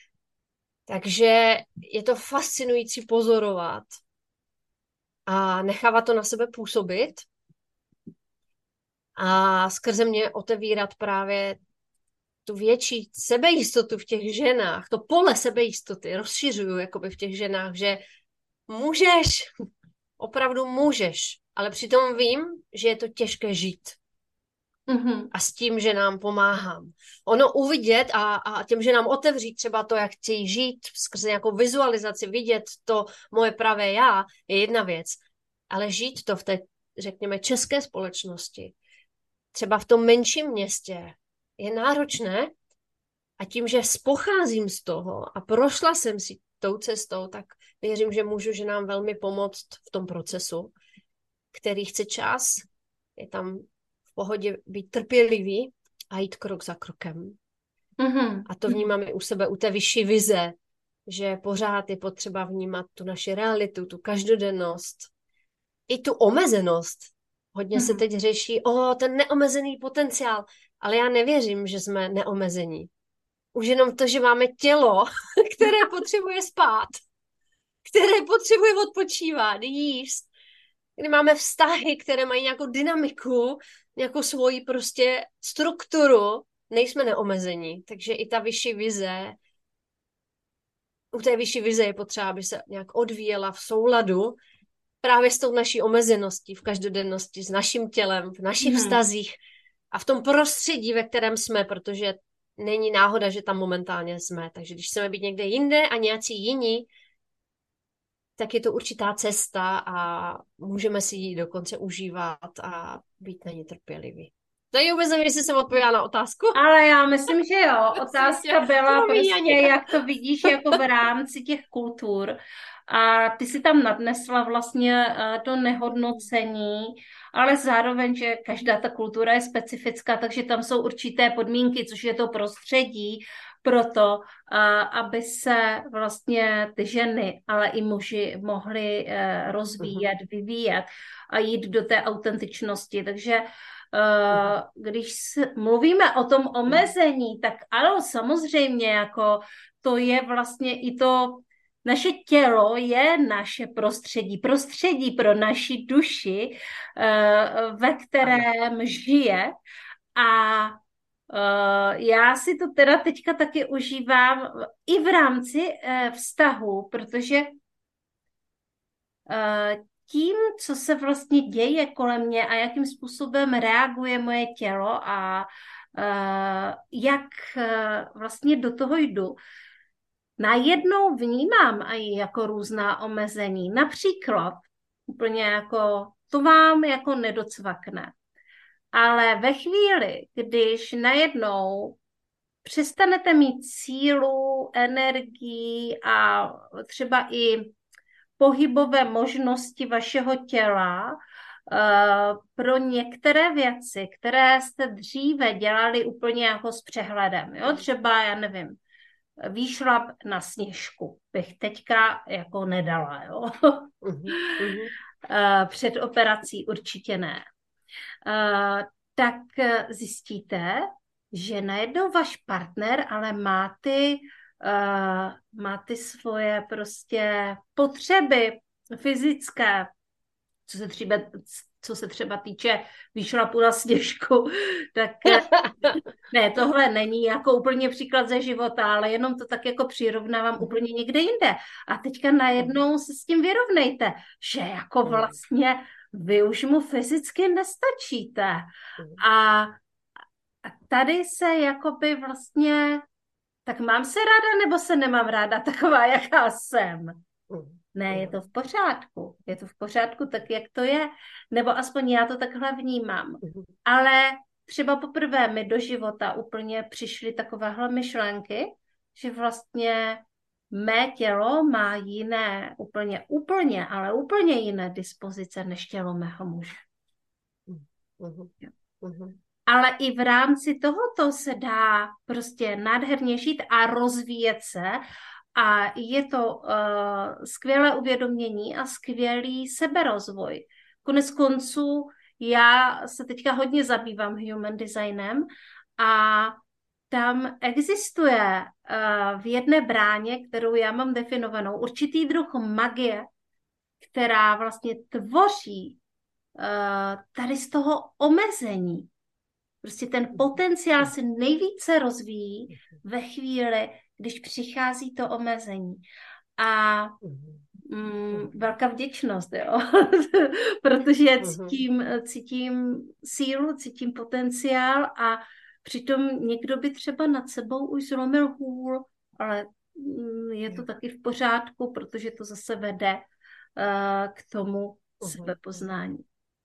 Takže je to fascinující pozorovat a nechávat to na sebe působit a skrze mě otevírat právě tu větší sebejistotu v těch ženách, to pole sebejistoty rozšiřuju jakoby v těch ženách, že můžeš, opravdu můžeš, ale přitom vím, že je to těžké žít. Mm-hmm. A s tím, že nám pomáhám. Ono uvidět a, a těm, že nám otevřít třeba to, jak chtějí žít, skrze nějakou vizualizaci, vidět to moje pravé já, je jedna věc. Ale žít to v té, řekněme, české společnosti, třeba v tom menším městě, je náročné a tím, že pocházím z toho a prošla jsem si tou cestou, tak věřím, že můžu, že nám velmi pomoct v tom procesu, který chce čas, je tam v pohodě být trpělivý a jít krok za krokem. Mm-hmm. A to vnímám i u sebe, u té vyšší vize, že pořád je potřeba vnímat tu naši realitu, tu každodennost, i tu omezenost. Hodně mm-hmm. se teď řeší, o, ten neomezený potenciál, ale já nevěřím, že jsme neomezení. Už jenom to, že máme tělo, které potřebuje spát, které potřebuje odpočívat, jíst, kdy máme vztahy, které mají nějakou dynamiku, nějakou svoji prostě strukturu, nejsme neomezení. Takže i ta vyšší vize, u té vyšší vize je potřeba, aby se nějak odvíjela v souladu právě s tou naší omezeností v každodennosti, s naším tělem, v našich hmm. vztazích a v tom prostředí, ve kterém jsme, protože není náhoda, že tam momentálně jsme. Takže když chceme být někde jinde a nějací jiní, tak je to určitá cesta a můžeme si ji dokonce užívat a být na ní trpěliví. To vůbec nevím, jestli jsem odpověděla na otázku. Ale já myslím, že jo. Otázka byla prostě, Janika. jak to vidíš jako v rámci těch kultur. A ty si tam nadnesla vlastně eh, to nehodnocení, ale zároveň, že každá ta kultura je specifická, takže tam jsou určité podmínky, což je to prostředí pro to, eh, aby se vlastně ty ženy, ale i muži mohli eh, rozvíjet, vyvíjet a jít do té autentičnosti. Takže Uh, když s- mluvíme o tom omezení, tak ano, samozřejmě, jako to je vlastně i to, naše tělo je naše prostředí, prostředí pro naši duši, uh, ve kterém žije a uh, já si to teda teďka taky užívám i v rámci uh, vztahu, protože uh, tím, co se vlastně děje kolem mě a jakým způsobem reaguje moje tělo a uh, jak uh, vlastně do toho jdu, najednou vnímám i jako různá omezení. Například úplně jako to vám jako nedocvakne. Ale ve chvíli, když najednou přestanete mít sílu, energii a třeba i pohybové možnosti vašeho těla uh, pro některé věci, které jste dříve dělali úplně jako s přehledem. Jo? Třeba, já nevím, výšlap na sněžku bych teďka jako nedala. Jo? uh, před operací určitě ne. Uh, tak zjistíte, že najednou váš partner ale má ty Uh, má ty svoje prostě potřeby fyzické, co se třeba, co se třeba týče výšlapu na sněžku, tak ne, tohle není jako úplně příklad ze života, ale jenom to tak jako přirovnávám úplně někde jinde. A teďka najednou se s tím vyrovnejte, že jako vlastně vy už mu fyzicky nestačíte. A tady se jakoby vlastně tak mám se ráda, nebo se nemám ráda taková, jaká jsem? Ne, je to v pořádku. Je to v pořádku tak, jak to je. Nebo aspoň já to takhle vnímám. Ale třeba poprvé mi do života úplně přišly takovéhle myšlenky, že vlastně mé tělo má jiné, úplně, úplně, ale úplně jiné dispozice než tělo mého muže. Uh-huh. Uh-huh. Ale i v rámci tohoto se dá prostě nádherně žít a rozvíjet se a je to uh, skvělé uvědomění a skvělý seberozvoj. Konec konců já se teďka hodně zabývám human designem a tam existuje uh, v jedné bráně, kterou já mám definovanou, určitý druh magie, která vlastně tvoří uh, tady z toho omezení. Prostě ten potenciál se nejvíce rozvíjí ve chvíli, když přichází to omezení. A mm, velká vděčnost, jo? Protože cítím, cítím sílu, cítím potenciál a přitom někdo by třeba nad sebou už zlomil hůl, ale mm, je to taky v pořádku, protože to zase vede uh, k tomu sebepoznání.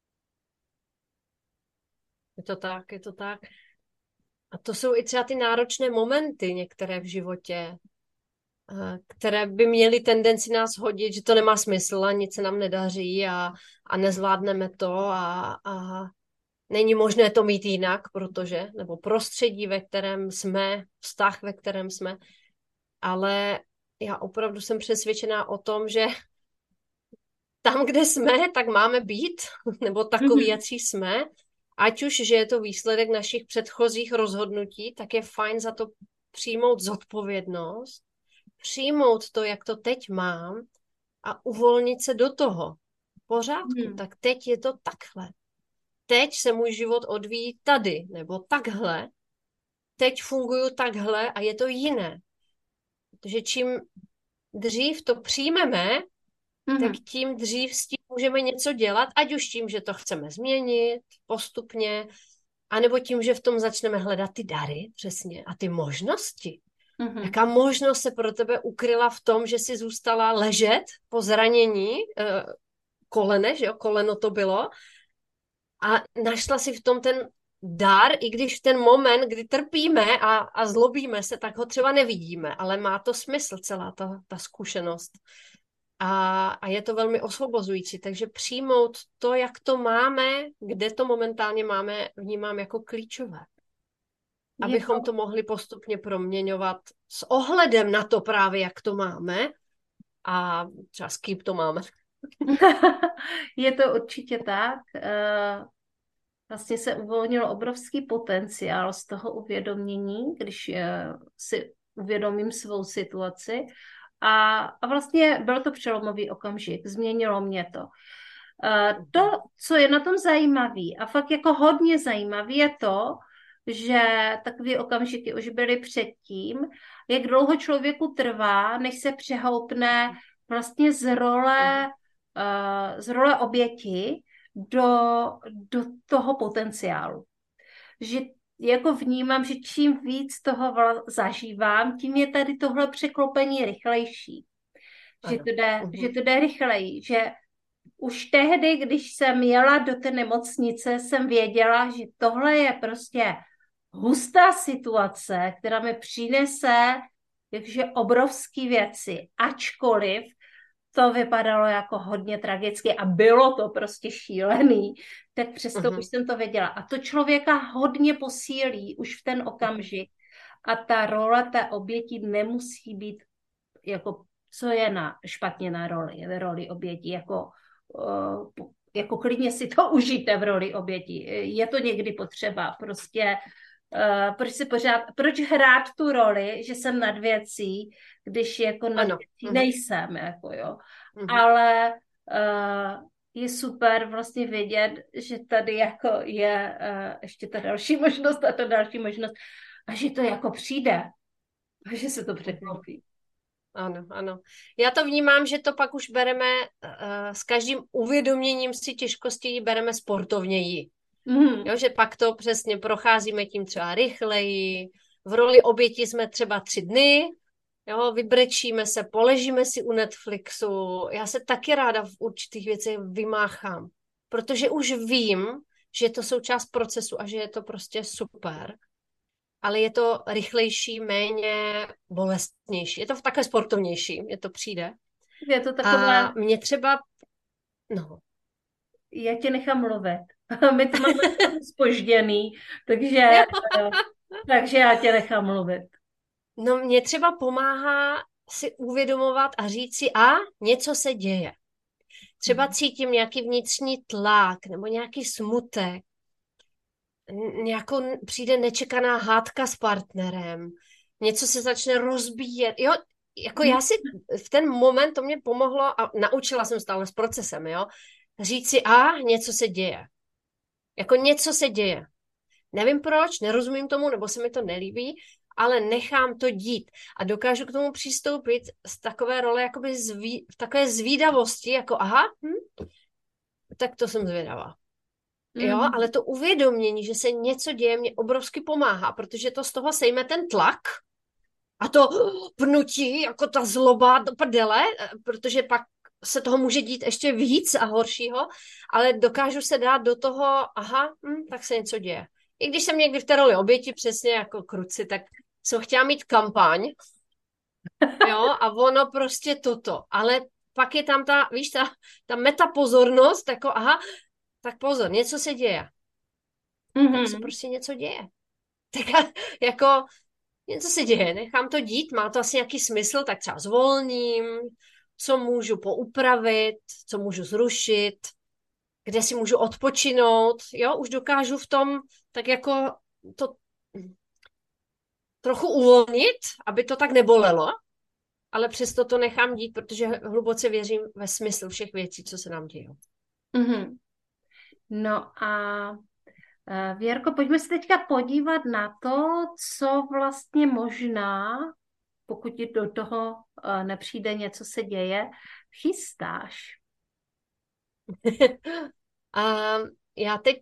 Je to tak, je to tak. A to jsou i třeba ty náročné momenty některé v životě, které by měly tendenci nás hodit, že to nemá smysl a nic se nám nedaří a, a nezvládneme to a, a není možné to mít jinak, protože, nebo prostředí, ve kterém jsme, vztah, ve kterém jsme. Ale já opravdu jsem přesvědčená o tom, že tam, kde jsme, tak máme být, nebo takový, mm-hmm. jací jsme. Ať už, že je to výsledek našich předchozích rozhodnutí, tak je fajn za to přijmout zodpovědnost, přijmout to, jak to teď mám a uvolnit se do toho. V pořádku, hmm. tak teď je to takhle. Teď se můj život odvíjí tady, nebo takhle. Teď funguju takhle a je to jiné. Protože čím dřív to přijmeme, mm-hmm. tak tím dřív s tím můžeme něco dělat, ať už tím, že to chceme změnit postupně, anebo tím, že v tom začneme hledat ty dary, přesně, a ty možnosti. Mm-hmm. Jaká možnost se pro tebe ukryla v tom, že jsi zůstala ležet po zranění kolene, že jo, koleno to bylo, a našla si v tom ten dar, i když v ten moment, kdy trpíme a, a zlobíme se, tak ho třeba nevidíme, ale má to smysl celá ta, ta zkušenost. A, a je to velmi osvobozující, takže přijmout to, jak to máme, kde to momentálně máme, vnímám jako klíčové. Abychom to mohli postupně proměňovat s ohledem na to právě, jak to máme a třeba s kým to máme. Je to určitě tak. Vlastně se uvolnil obrovský potenciál z toho uvědomění, když si uvědomím svou situaci. A, a vlastně byl to přelomový okamžik, změnilo mě to. To, co je na tom zajímavé, a fakt jako hodně zajímavé, je to, že takové okamžiky už byly předtím, jak dlouho člověku trvá, než se přehoupne vlastně z role, uh, z role oběti do, do toho potenciálu. Že jako vnímám, že čím víc toho zažívám, tím je tady tohle překlopení rychlejší. Že to, jde, uh-huh. že to jde rychleji, že už tehdy, když jsem jela do té nemocnice, jsem věděla, že tohle je prostě hustá situace, která mi přinese jakže obrovské věci, ačkoliv to vypadalo jako hodně tragicky a bylo to prostě šílený, tak přesto uh-huh. už jsem to věděla. A to člověka hodně posílí už v ten okamžik a ta role té oběti nemusí být jako, co je na, špatně na roli, roli oběti, jako uh, jako klidně si to užijte v roli oběti. Je to někdy potřeba, prostě Uh, proč si pořád, proč hrát tu roli, že jsem nad věcí, když jako nad ano. věcí nejsem, jako jo. Uh-huh. Ale uh, je super vlastně vědět, že tady jako je uh, ještě ta další možnost a ta další možnost a že to jako přijde a že se to překlopí. Ano, ano. Já to vnímám, že to pak už bereme uh, s každým uvědoměním si těžkostí bereme sportovněji. Mm. Jo, že pak to přesně procházíme tím třeba rychleji, v roli oběti jsme třeba tři dny, jo, vybrečíme se, poležíme si u Netflixu, já se taky ráda v určitých věcech vymáchám, protože už vím, že je to součást procesu a že je to prostě super, ale je to rychlejší, méně bolestnější, je to takové sportovnější, je to přijde. Je to takové... A mě třeba, no. Já tě nechám mluvit. My to máme zpožděný, takže, takže já tě nechám mluvit. No mě třeba pomáhá si uvědomovat a říct si, a něco se děje. Třeba cítím nějaký vnitřní tlak nebo nějaký smutek. Nějakou přijde nečekaná hádka s partnerem. Něco se začne rozbíjet. Jo, jako já si v ten moment to mě pomohlo a naučila jsem stále s procesem, jo. Říct si, a něco se děje. Jako něco se děje. Nevím proč, nerozumím tomu, nebo se mi to nelíbí, ale nechám to dít. A dokážu k tomu přistoupit z takové role, jakoby zví, v takové zvídavosti, jako aha, hm, tak to jsem zvědavá. Mm. Jo, ale to uvědomění, že se něco děje, mě obrovsky pomáhá, protože to z toho sejme ten tlak a to pnutí, jako ta zloba do prdele, protože pak se toho může dít ještě víc a horšího, ale dokážu se dát do toho, aha, hm, tak se něco děje. I když jsem někdy v té roli oběti, přesně jako kruci, tak jsem chtěla mít kampaň, jo, a ono prostě toto. Ale pak je tam ta, víš, ta, ta metapozornost, jako aha, tak pozor, něco se děje. Mm-hmm. Tak se prostě něco děje. Tak jako něco se děje, nechám to dít, má to asi nějaký smysl, tak třeba zvolním, co můžu poupravit, co můžu zrušit, kde si můžu odpočinout, jo, už dokážu v tom tak jako to trochu uvolnit, aby to tak nebolelo, ale přesto to nechám dít, protože hluboce věřím ve smysl všech věcí, co se nám dějí. Mm-hmm. No a Věrko, pojďme se teďka podívat na to, co vlastně možná, pokud ti do toho nepřijde něco se děje, chystáš. A já teď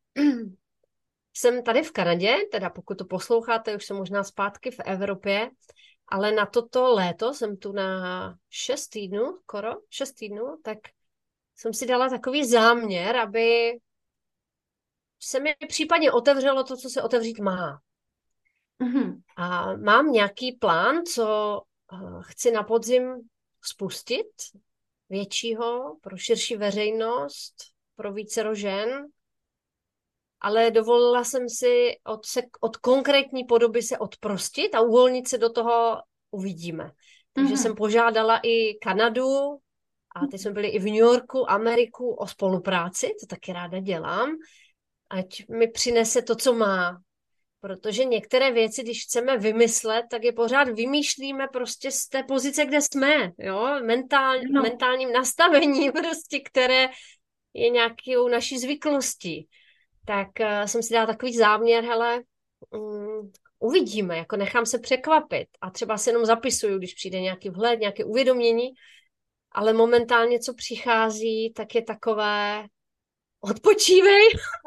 jsem tady v Kanadě, teda pokud to posloucháte, už jsem možná zpátky v Evropě, ale na toto léto jsem tu na šest týdnů, skoro šest týdnů, tak jsem si dala takový záměr, aby se mi případně otevřelo to, co se otevřít má. Mhm. A mám nějaký plán, co uh, chci na podzim spustit většího, pro širší veřejnost, pro vícero žen, ale dovolila jsem si od, se, od konkrétní podoby se odprostit a uvolnit se do toho, uvidíme. Takže Mhm. jsem požádala i Kanadu a teď jsme byli i v New Yorku, Ameriku o spolupráci, to taky ráda dělám, ať mi přinese to, co má. Protože některé věci, když chceme vymyslet, tak je pořád vymýšlíme prostě z té pozice, kde jsme, jo, Mentál, No. mentálním nastavení prostě, které je nějakou naší zvyklostí. Tak uh, jsem si dala takový záměr, hele, um, uvidíme, jako nechám se překvapit a třeba se jenom zapisuju, když přijde nějaký vhled, nějaké uvědomění, ale momentálně, co přichází, tak je takové odpočívej,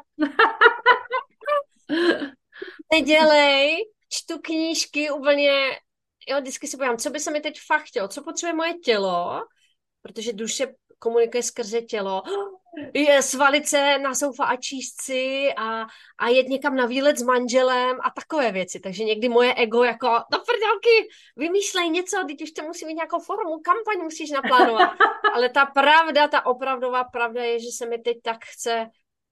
nedělej, čtu knížky úplně, jo, vždycky si podívám, co by se mi teď fakt chtělo, co potřebuje moje tělo, protože duše komunikuje skrze tělo, je svalit se na soufa a číst si a, a jet někam na výlet s manželem a takové věci. Takže někdy moje ego jako, no prdelky, vymýšlej něco, teď už to musí mít nějakou formu, kampaň musíš naplánovat. Ale ta pravda, ta opravdová pravda je, že se mi teď tak chce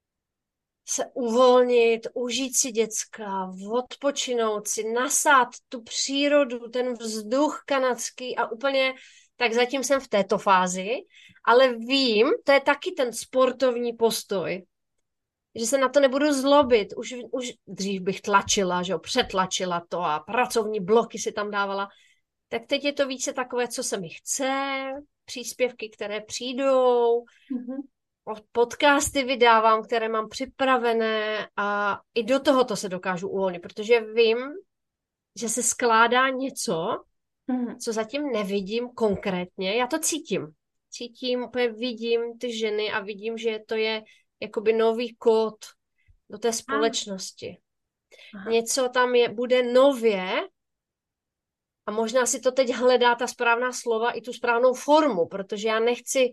se uvolnit, užít si děcka, odpočinout si, nasát tu přírodu, ten vzduch kanadský a úplně, tak zatím jsem v této fázi, ale vím, to je taky ten sportovní postoj, že se na to nebudu zlobit. Už, už dřív bych tlačila, že jo, přetlačila to a pracovní bloky si tam dávala. Tak teď je to více takové, co se mi chce, příspěvky, které přijdou, mm-hmm. podcasty vydávám, které mám připravené a i do tohoto se dokážu uvolnit, protože vím, že se skládá něco, mm. co zatím nevidím konkrétně. Já to cítím. Cítím, úplně vidím ty ženy a vidím, že to je jakoby nový kód do té společnosti. Aha. Něco tam je, bude nově a možná si to teď hledá ta správná slova i tu správnou formu, protože já nechci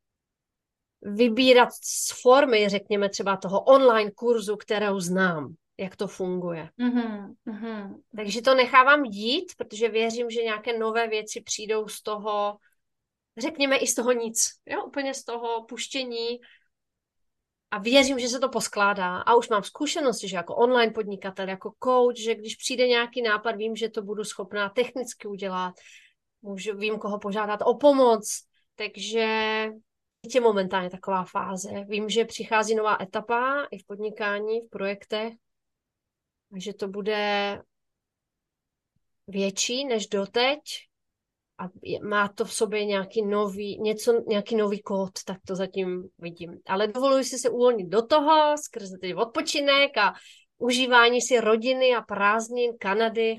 vybírat z formy, řekněme třeba toho online kurzu, kterou znám, jak to funguje. Mm-hmm, mm-hmm. Takže to nechávám dít, protože věřím, že nějaké nové věci přijdou z toho, řekněme i z toho nic, jo? Úplně z toho puštění a věřím, že se to poskládá a už mám zkušenosti, že jako online podnikatel, jako coach, že když přijde nějaký nápad, vím, že to budu schopná technicky udělat, můžu, vím, koho požádat o pomoc, takže je momentálně taková fáze. Vím, že přichází nová etapa i v podnikání, v projektech, že to bude větší než doteď a má to v sobě nějaký nový, něco, nějaký nový kód, tak to zatím vidím. Ale dovoluji si se uvolnit do toho, skrze tedy odpočinek a užívání si rodiny a prázdnin Kanady,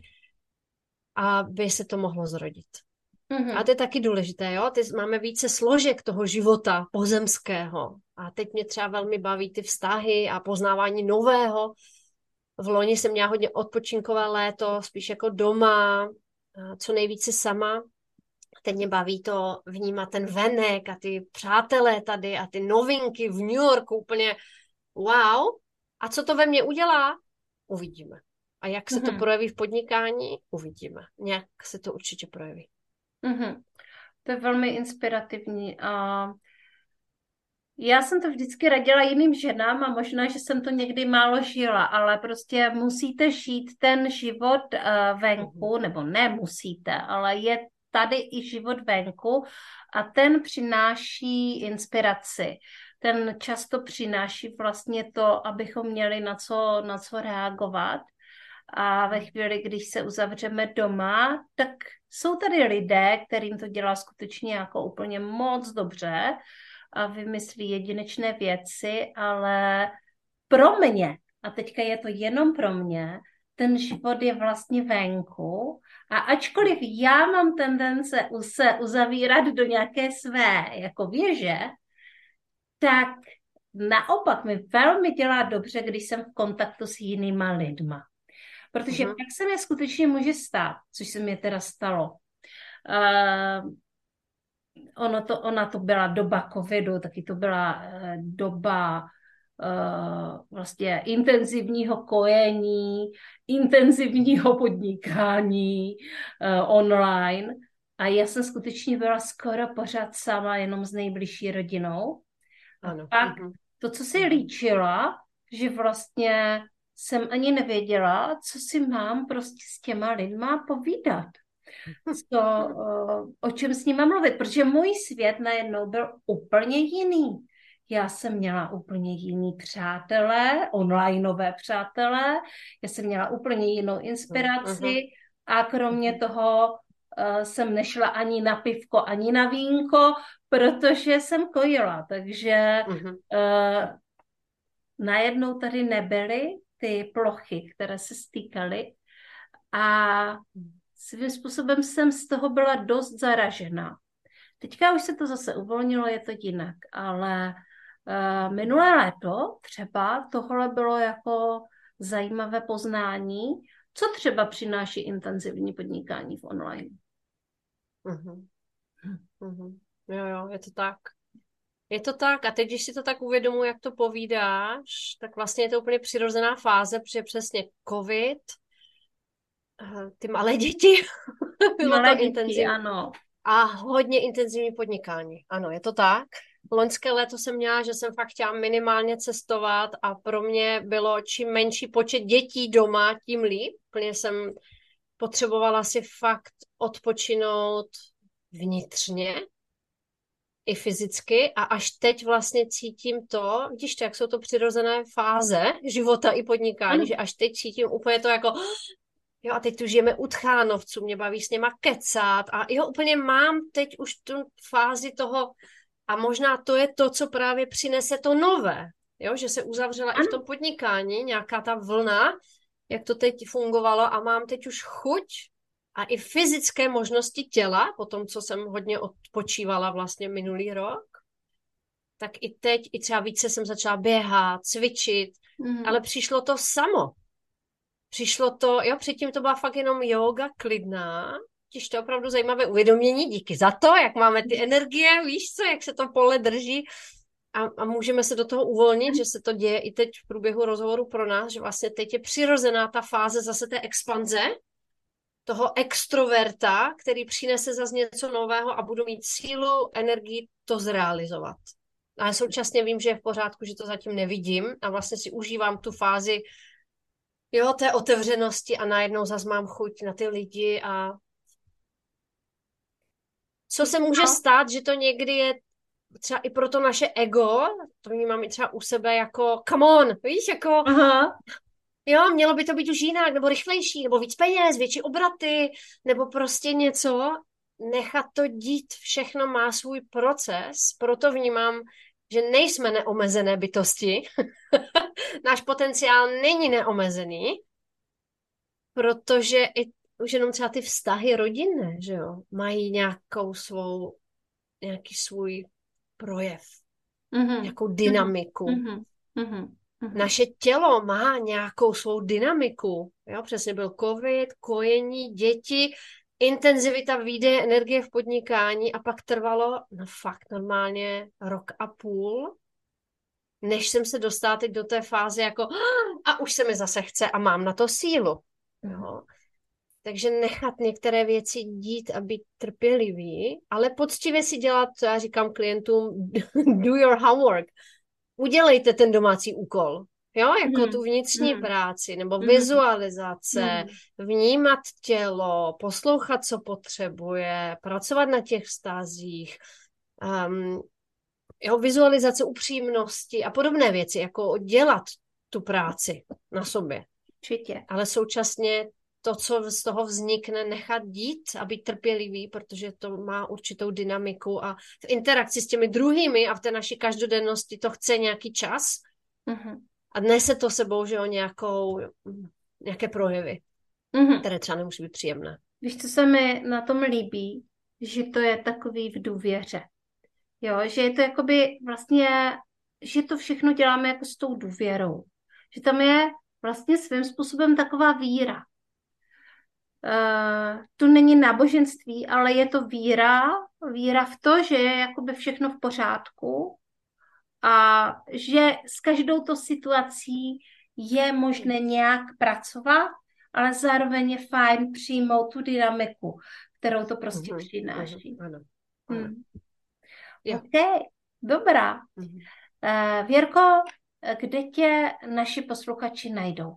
aby se to mohlo zrodit. Mm-hmm. A to je taky důležité, jo? Ty máme více složek toho života pozemského. A teď mě třeba velmi baví ty vztahy a poznávání nového. V loni jsem měla hodně odpočinkové léto, spíš jako doma, co nejvíce sama. Teď mě baví to vnímat ten venek a ty přátelé tady a ty novinky v New Yorku úplně wow. A co to ve mně udělá? Uvidíme. A jak se mm-hmm. to projeví v podnikání? Uvidíme. Nějak se to určitě projeví. Mm-hmm. To je velmi inspirativní a já jsem to vždycky radila jiným ženám a možná, že jsem to někdy málo žila, ale prostě musíte žít ten život uh, venku, mm-hmm. nebo nemusíte, ale je tady i život venku a ten přináší inspiraci. Ten často přináší vlastně to, abychom měli na co, na co reagovat. A ve chvíli, když se uzavřeme doma, tak jsou tady lidé, kterým to dělá skutečně jako úplně moc dobře a vymyslí jedinečné věci, ale pro mě, a teďka je to jenom pro mě, ten život je vlastně venku a ačkoliv já mám tendence se uzavírat do nějaké své jako věže, tak naopak mi velmi dělá dobře, když jsem v kontaktu s jinýma lidma. Protože uh-huh. jak se mi skutečně může stát, což se mi teda stalo. Uh, ono to, ona to byla doba covidu, taky to byla uh, doba uh, vlastně intenzivního kojení, intenzivního podnikání uh, online. A já jsem skutečně byla skoro pořád sama, jenom s nejbližší rodinou. A Ano. pak Mhm. to, co si líčila, že vlastně jsem ani nevěděla, co si mám prostě s těma lidma povídat. Co, o čem s nima mluvit, protože můj svět najednou byl úplně jiný. Já jsem měla úplně jiný přátelé, onlineové přátelé, já jsem měla úplně jinou inspiraci a kromě toho uh, jsem nešla ani na pivko, ani na vínko, protože jsem kojila, takže uh, najednou tady nebyly ty plochy, které se stýkaly a svým způsobem jsem z toho byla dost zaražená. Teďka už se to zase uvolnilo, je to jinak, ale uh, minulé léto třeba tohle bylo jako zajímavé poznání, co třeba přináší intenzivní podnikání v online. Uh-huh. Uh-huh. Jo, jo, je to tak. Je to tak a teď, když si to tak uvědomuji, jak to povídáš, tak vlastně je to úplně přirozená fáze, protože přesně covid, ty malé děti, bylo malé to děti, intenzivní. ano. A hodně intenzivní podnikání. Ano, je to tak. Loňské léto jsem měla, že jsem fakt chtěla minimálně cestovat a pro mě bylo čím menší počet dětí doma, tím líp. Plně jsem potřebovala si fakt odpočinout vnitřně i fyzicky a až teď vlastně cítím to, vidíš to, jak jsou to přirozené fáze života i podnikání, ano. Že až teď cítím úplně to jako jo, a teď tu žijeme u Tchánovců, mě baví s něma kecat a jo, úplně mám teď už tu fázi toho a možná to je to, co právě přinese to nové, jo, že se uzavřela ano. I v tom podnikání nějaká ta vlna, jak to teď fungovalo a mám teď už chuť a i fyzické možnosti těla, po tom, co jsem hodně odpočívala vlastně minulý rok, tak i teď, i třeba více jsem začala běhat, cvičit, mm. ale přišlo to samo. Přišlo to, jo, předtím to byla fakt jenom yoga klidná, těž to je opravdu zajímavé uvědomění, díky za to, jak máme ty energie, víš co, jak se to pole drží a, a můžeme se do toho uvolnit, že se to děje i teď v průběhu rozhovoru pro nás, že vlastně teď je přirozená ta fáze zase té expanze, toho extroverta, který přinese zase něco nového a budu mít sílu, energii to zrealizovat. A současně vím, že je v pořádku, že to zatím nevidím a vlastně si užívám tu fázi jo, té otevřenosti a najednou zase mám chuť na ty lidi a co se může no. stát, že to někdy je třeba i pro to naše ego, to vnímám i třeba u sebe jako come on, víš, jako aha. Jo, mělo by to být už jinak, nebo rychlejší, nebo víc peněz, větší obraty, nebo prostě něco, nechat to dít, všechno má svůj proces, proto vnímám, že nejsme neomezené bytosti, náš potenciál není neomezený, protože i už jenom třeba ty vztahy rodinné, že jo, mají nějakou svou, nějaký svůj projev, mm-hmm. nějakou dynamiku. Mm-hmm. Mm-hmm. Naše tělo má nějakou svou dynamiku, jo, přesně byl covid, kojení, děti, intenzivita výdeje energie v podnikání a pak trvalo no fakt normálně rok a půl, než jsem se dostala teď do té fáze jako a už se mi zase chce a mám na to sílu. Jo. Takže nechat některé věci dít a být trpělivý, ale poctivě si dělat, co já říkám klientům, do your homework. Udělejte ten domácí úkol. Jo, jako mm. tu vnitřní mm. práci, nebo vizualizace, mm. vnímat tělo, poslouchat, co potřebuje, pracovat na těch vztazích, um, jo, vizualizace upřímnosti a podobné věci, jako dělat tu práci na sobě. Určitě. Ale současně to, co z toho vznikne, nechat dít a být trpělivý, protože to má určitou dynamiku a v interakci s těmi druhými a v té naší každodennosti to chce nějaký čas mm-hmm. a nese to sebou, že jo, nějakou, nějaké projevy, mm-hmm. které třeba nemusí být příjemné. Víš, co se mi na tom líbí, že to je takový v důvěře. Jo, že je to jakoby vlastně, že to všechno děláme jako s tou důvěrou. Že tam je vlastně svým způsobem taková víra. Uh, to není náboženství, ale je to víra, víra v to, že je jakoby všechno v pořádku a že s každou to situací je možné nějak pracovat, ale zároveň je fajn přijmout tu dynamiku, kterou to prostě Mhm, přináší. mhm, ano, ano. Hmm. Jo. OK, dobrá. Mhm. Uh, Věrko, kde tě naši posluchači najdou?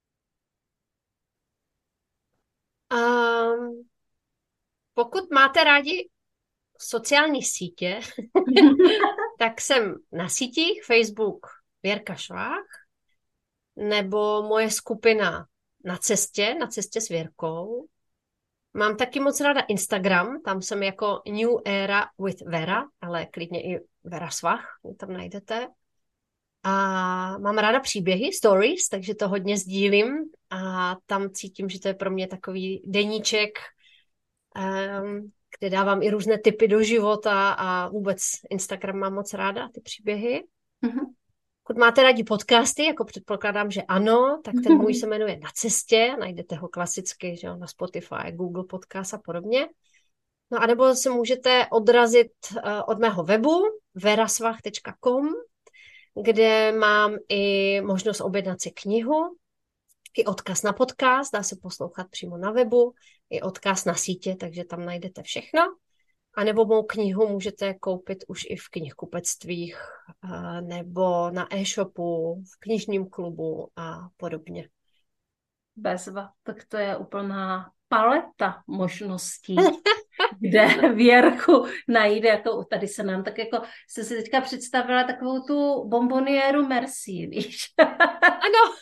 Um, pokud máte rádi sociální sítě, tak jsem na sítích Facebook Věrka Švach, nebo moje skupina Na cestě, na cestě s Věrkou. Mám taky moc ráda Instagram, tam jsem jako New Era with Vera, ale klidně i Vera Švach, tam najdete. A mám ráda příběhy, stories, takže to hodně sdílím a tam cítím, že to je pro mě takový deníček, um, kde dávám i různé tipy do života a vůbec Instagram mám moc ráda, ty příběhy. Mhm. Pokud máte rádi podcasty, jako předpokládám, že ano, tak ten můj se jmenuje Na cestě, najdete ho klasicky, že jo, na Spotify, Google Podcast a podobně. No a nebo se můžete odrazit uh, od mého webu verasvach tečka com, kde mám i možnost objednat si knihu, i odkaz na podcast, dá se poslouchat přímo na webu, i odkaz na sítě, takže tam najdete všechno. A nebo mou knihu můžete koupit už i v knihkupectvích nebo na e-shopu, v knižním klubu a podobně. Bezva, tak to je úplná paleta možností, kde Věrku najde. Jako, tady se nám tak jako, jste si teďka představila takovou tu bomboniéru Merci, víš? Ano.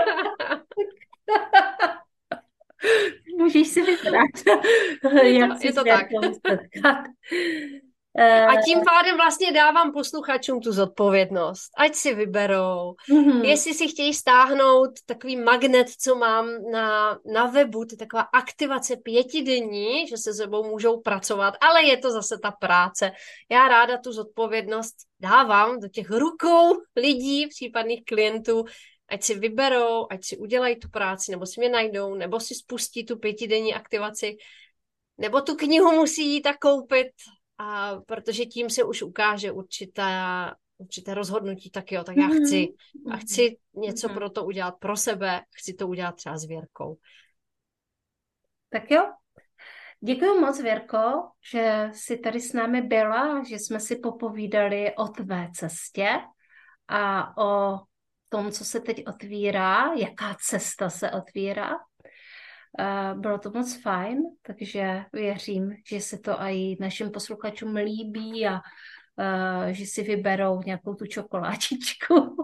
Můžeš si vybrat, Je to, jak si je to s tak. Věrkou setkat. A tím pádem vlastně dávám posluchačům tu zodpovědnost. Ať si vyberou. Mm-hmm. Jestli si chtějí stáhnout takový magnet, co mám na, na webu, to je taková aktivace pětidenní, že se sebou můžou pracovat, ale je to zase ta práce. Já ráda tu zodpovědnost dávám do těch rukou lidí, případných klientů, ať si vyberou, ať si udělají tu práci, nebo si mě najdou, nebo si spustí tu pětidenní aktivaci, nebo tu knihu musí jít a koupit. A protože tím se už ukáže určitá, určité rozhodnutí, tak jo, tak já chci a chci něco pro to udělat pro sebe, chci to udělat třeba s Věrkou. Tak jo, děkuji moc, Věrko, že jsi tady s námi byla, že jsme si popovídali o tvé cestě a o tom, co se teď otvírá, jaká cesta se otvírá. Bylo to moc fajn, takže věřím, že se to i našim posluchačům líbí a uh, že si vyberou nějakou tu čokoláčičku.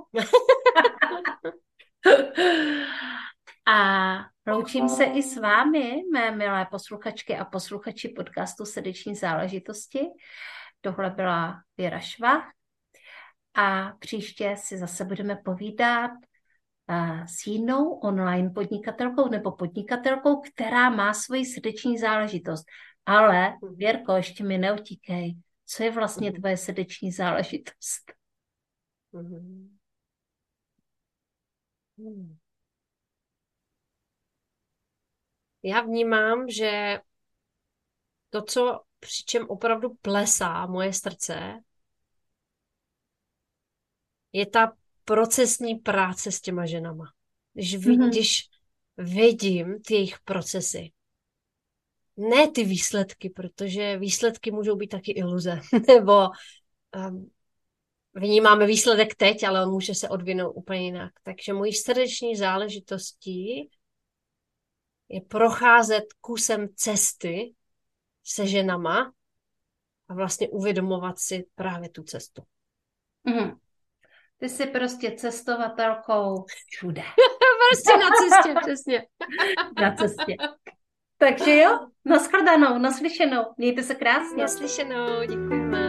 A loučím se i s vámi, mé milé posluchačky a posluchači podcastu Srdeční záležitosti. Tohle byla Věra Švach a příště si zase budeme povídat s jinou online podnikatelkou nebo podnikatelkou, která má svoji srdeční záležitost. Ale, Věrko, ještě mi neutíkej. Co je vlastně tvoje srdeční záležitost? Já vnímám, že to, co při čem opravdu plesá moje srdce, je ta procesní práce s těma ženama. Když, mm-hmm. když vidím ty jejich procesy. Ne ty výsledky, protože výsledky můžou být taky iluze. Nebo um, vnímáme výsledek teď, ale on může se odvinout úplně jinak. Takže mojí srdeční záležitostí je procházet kusem cesty se ženama a vlastně uvědomovat si právě tu cestu. Mm. Ty jsi prostě cestovatelkou všude. Prostě na cestě, přesně. Na cestě. Takže jo, nashledanou, naslyšenou. Mějte se krásně. Naslyšenou, děkujeme.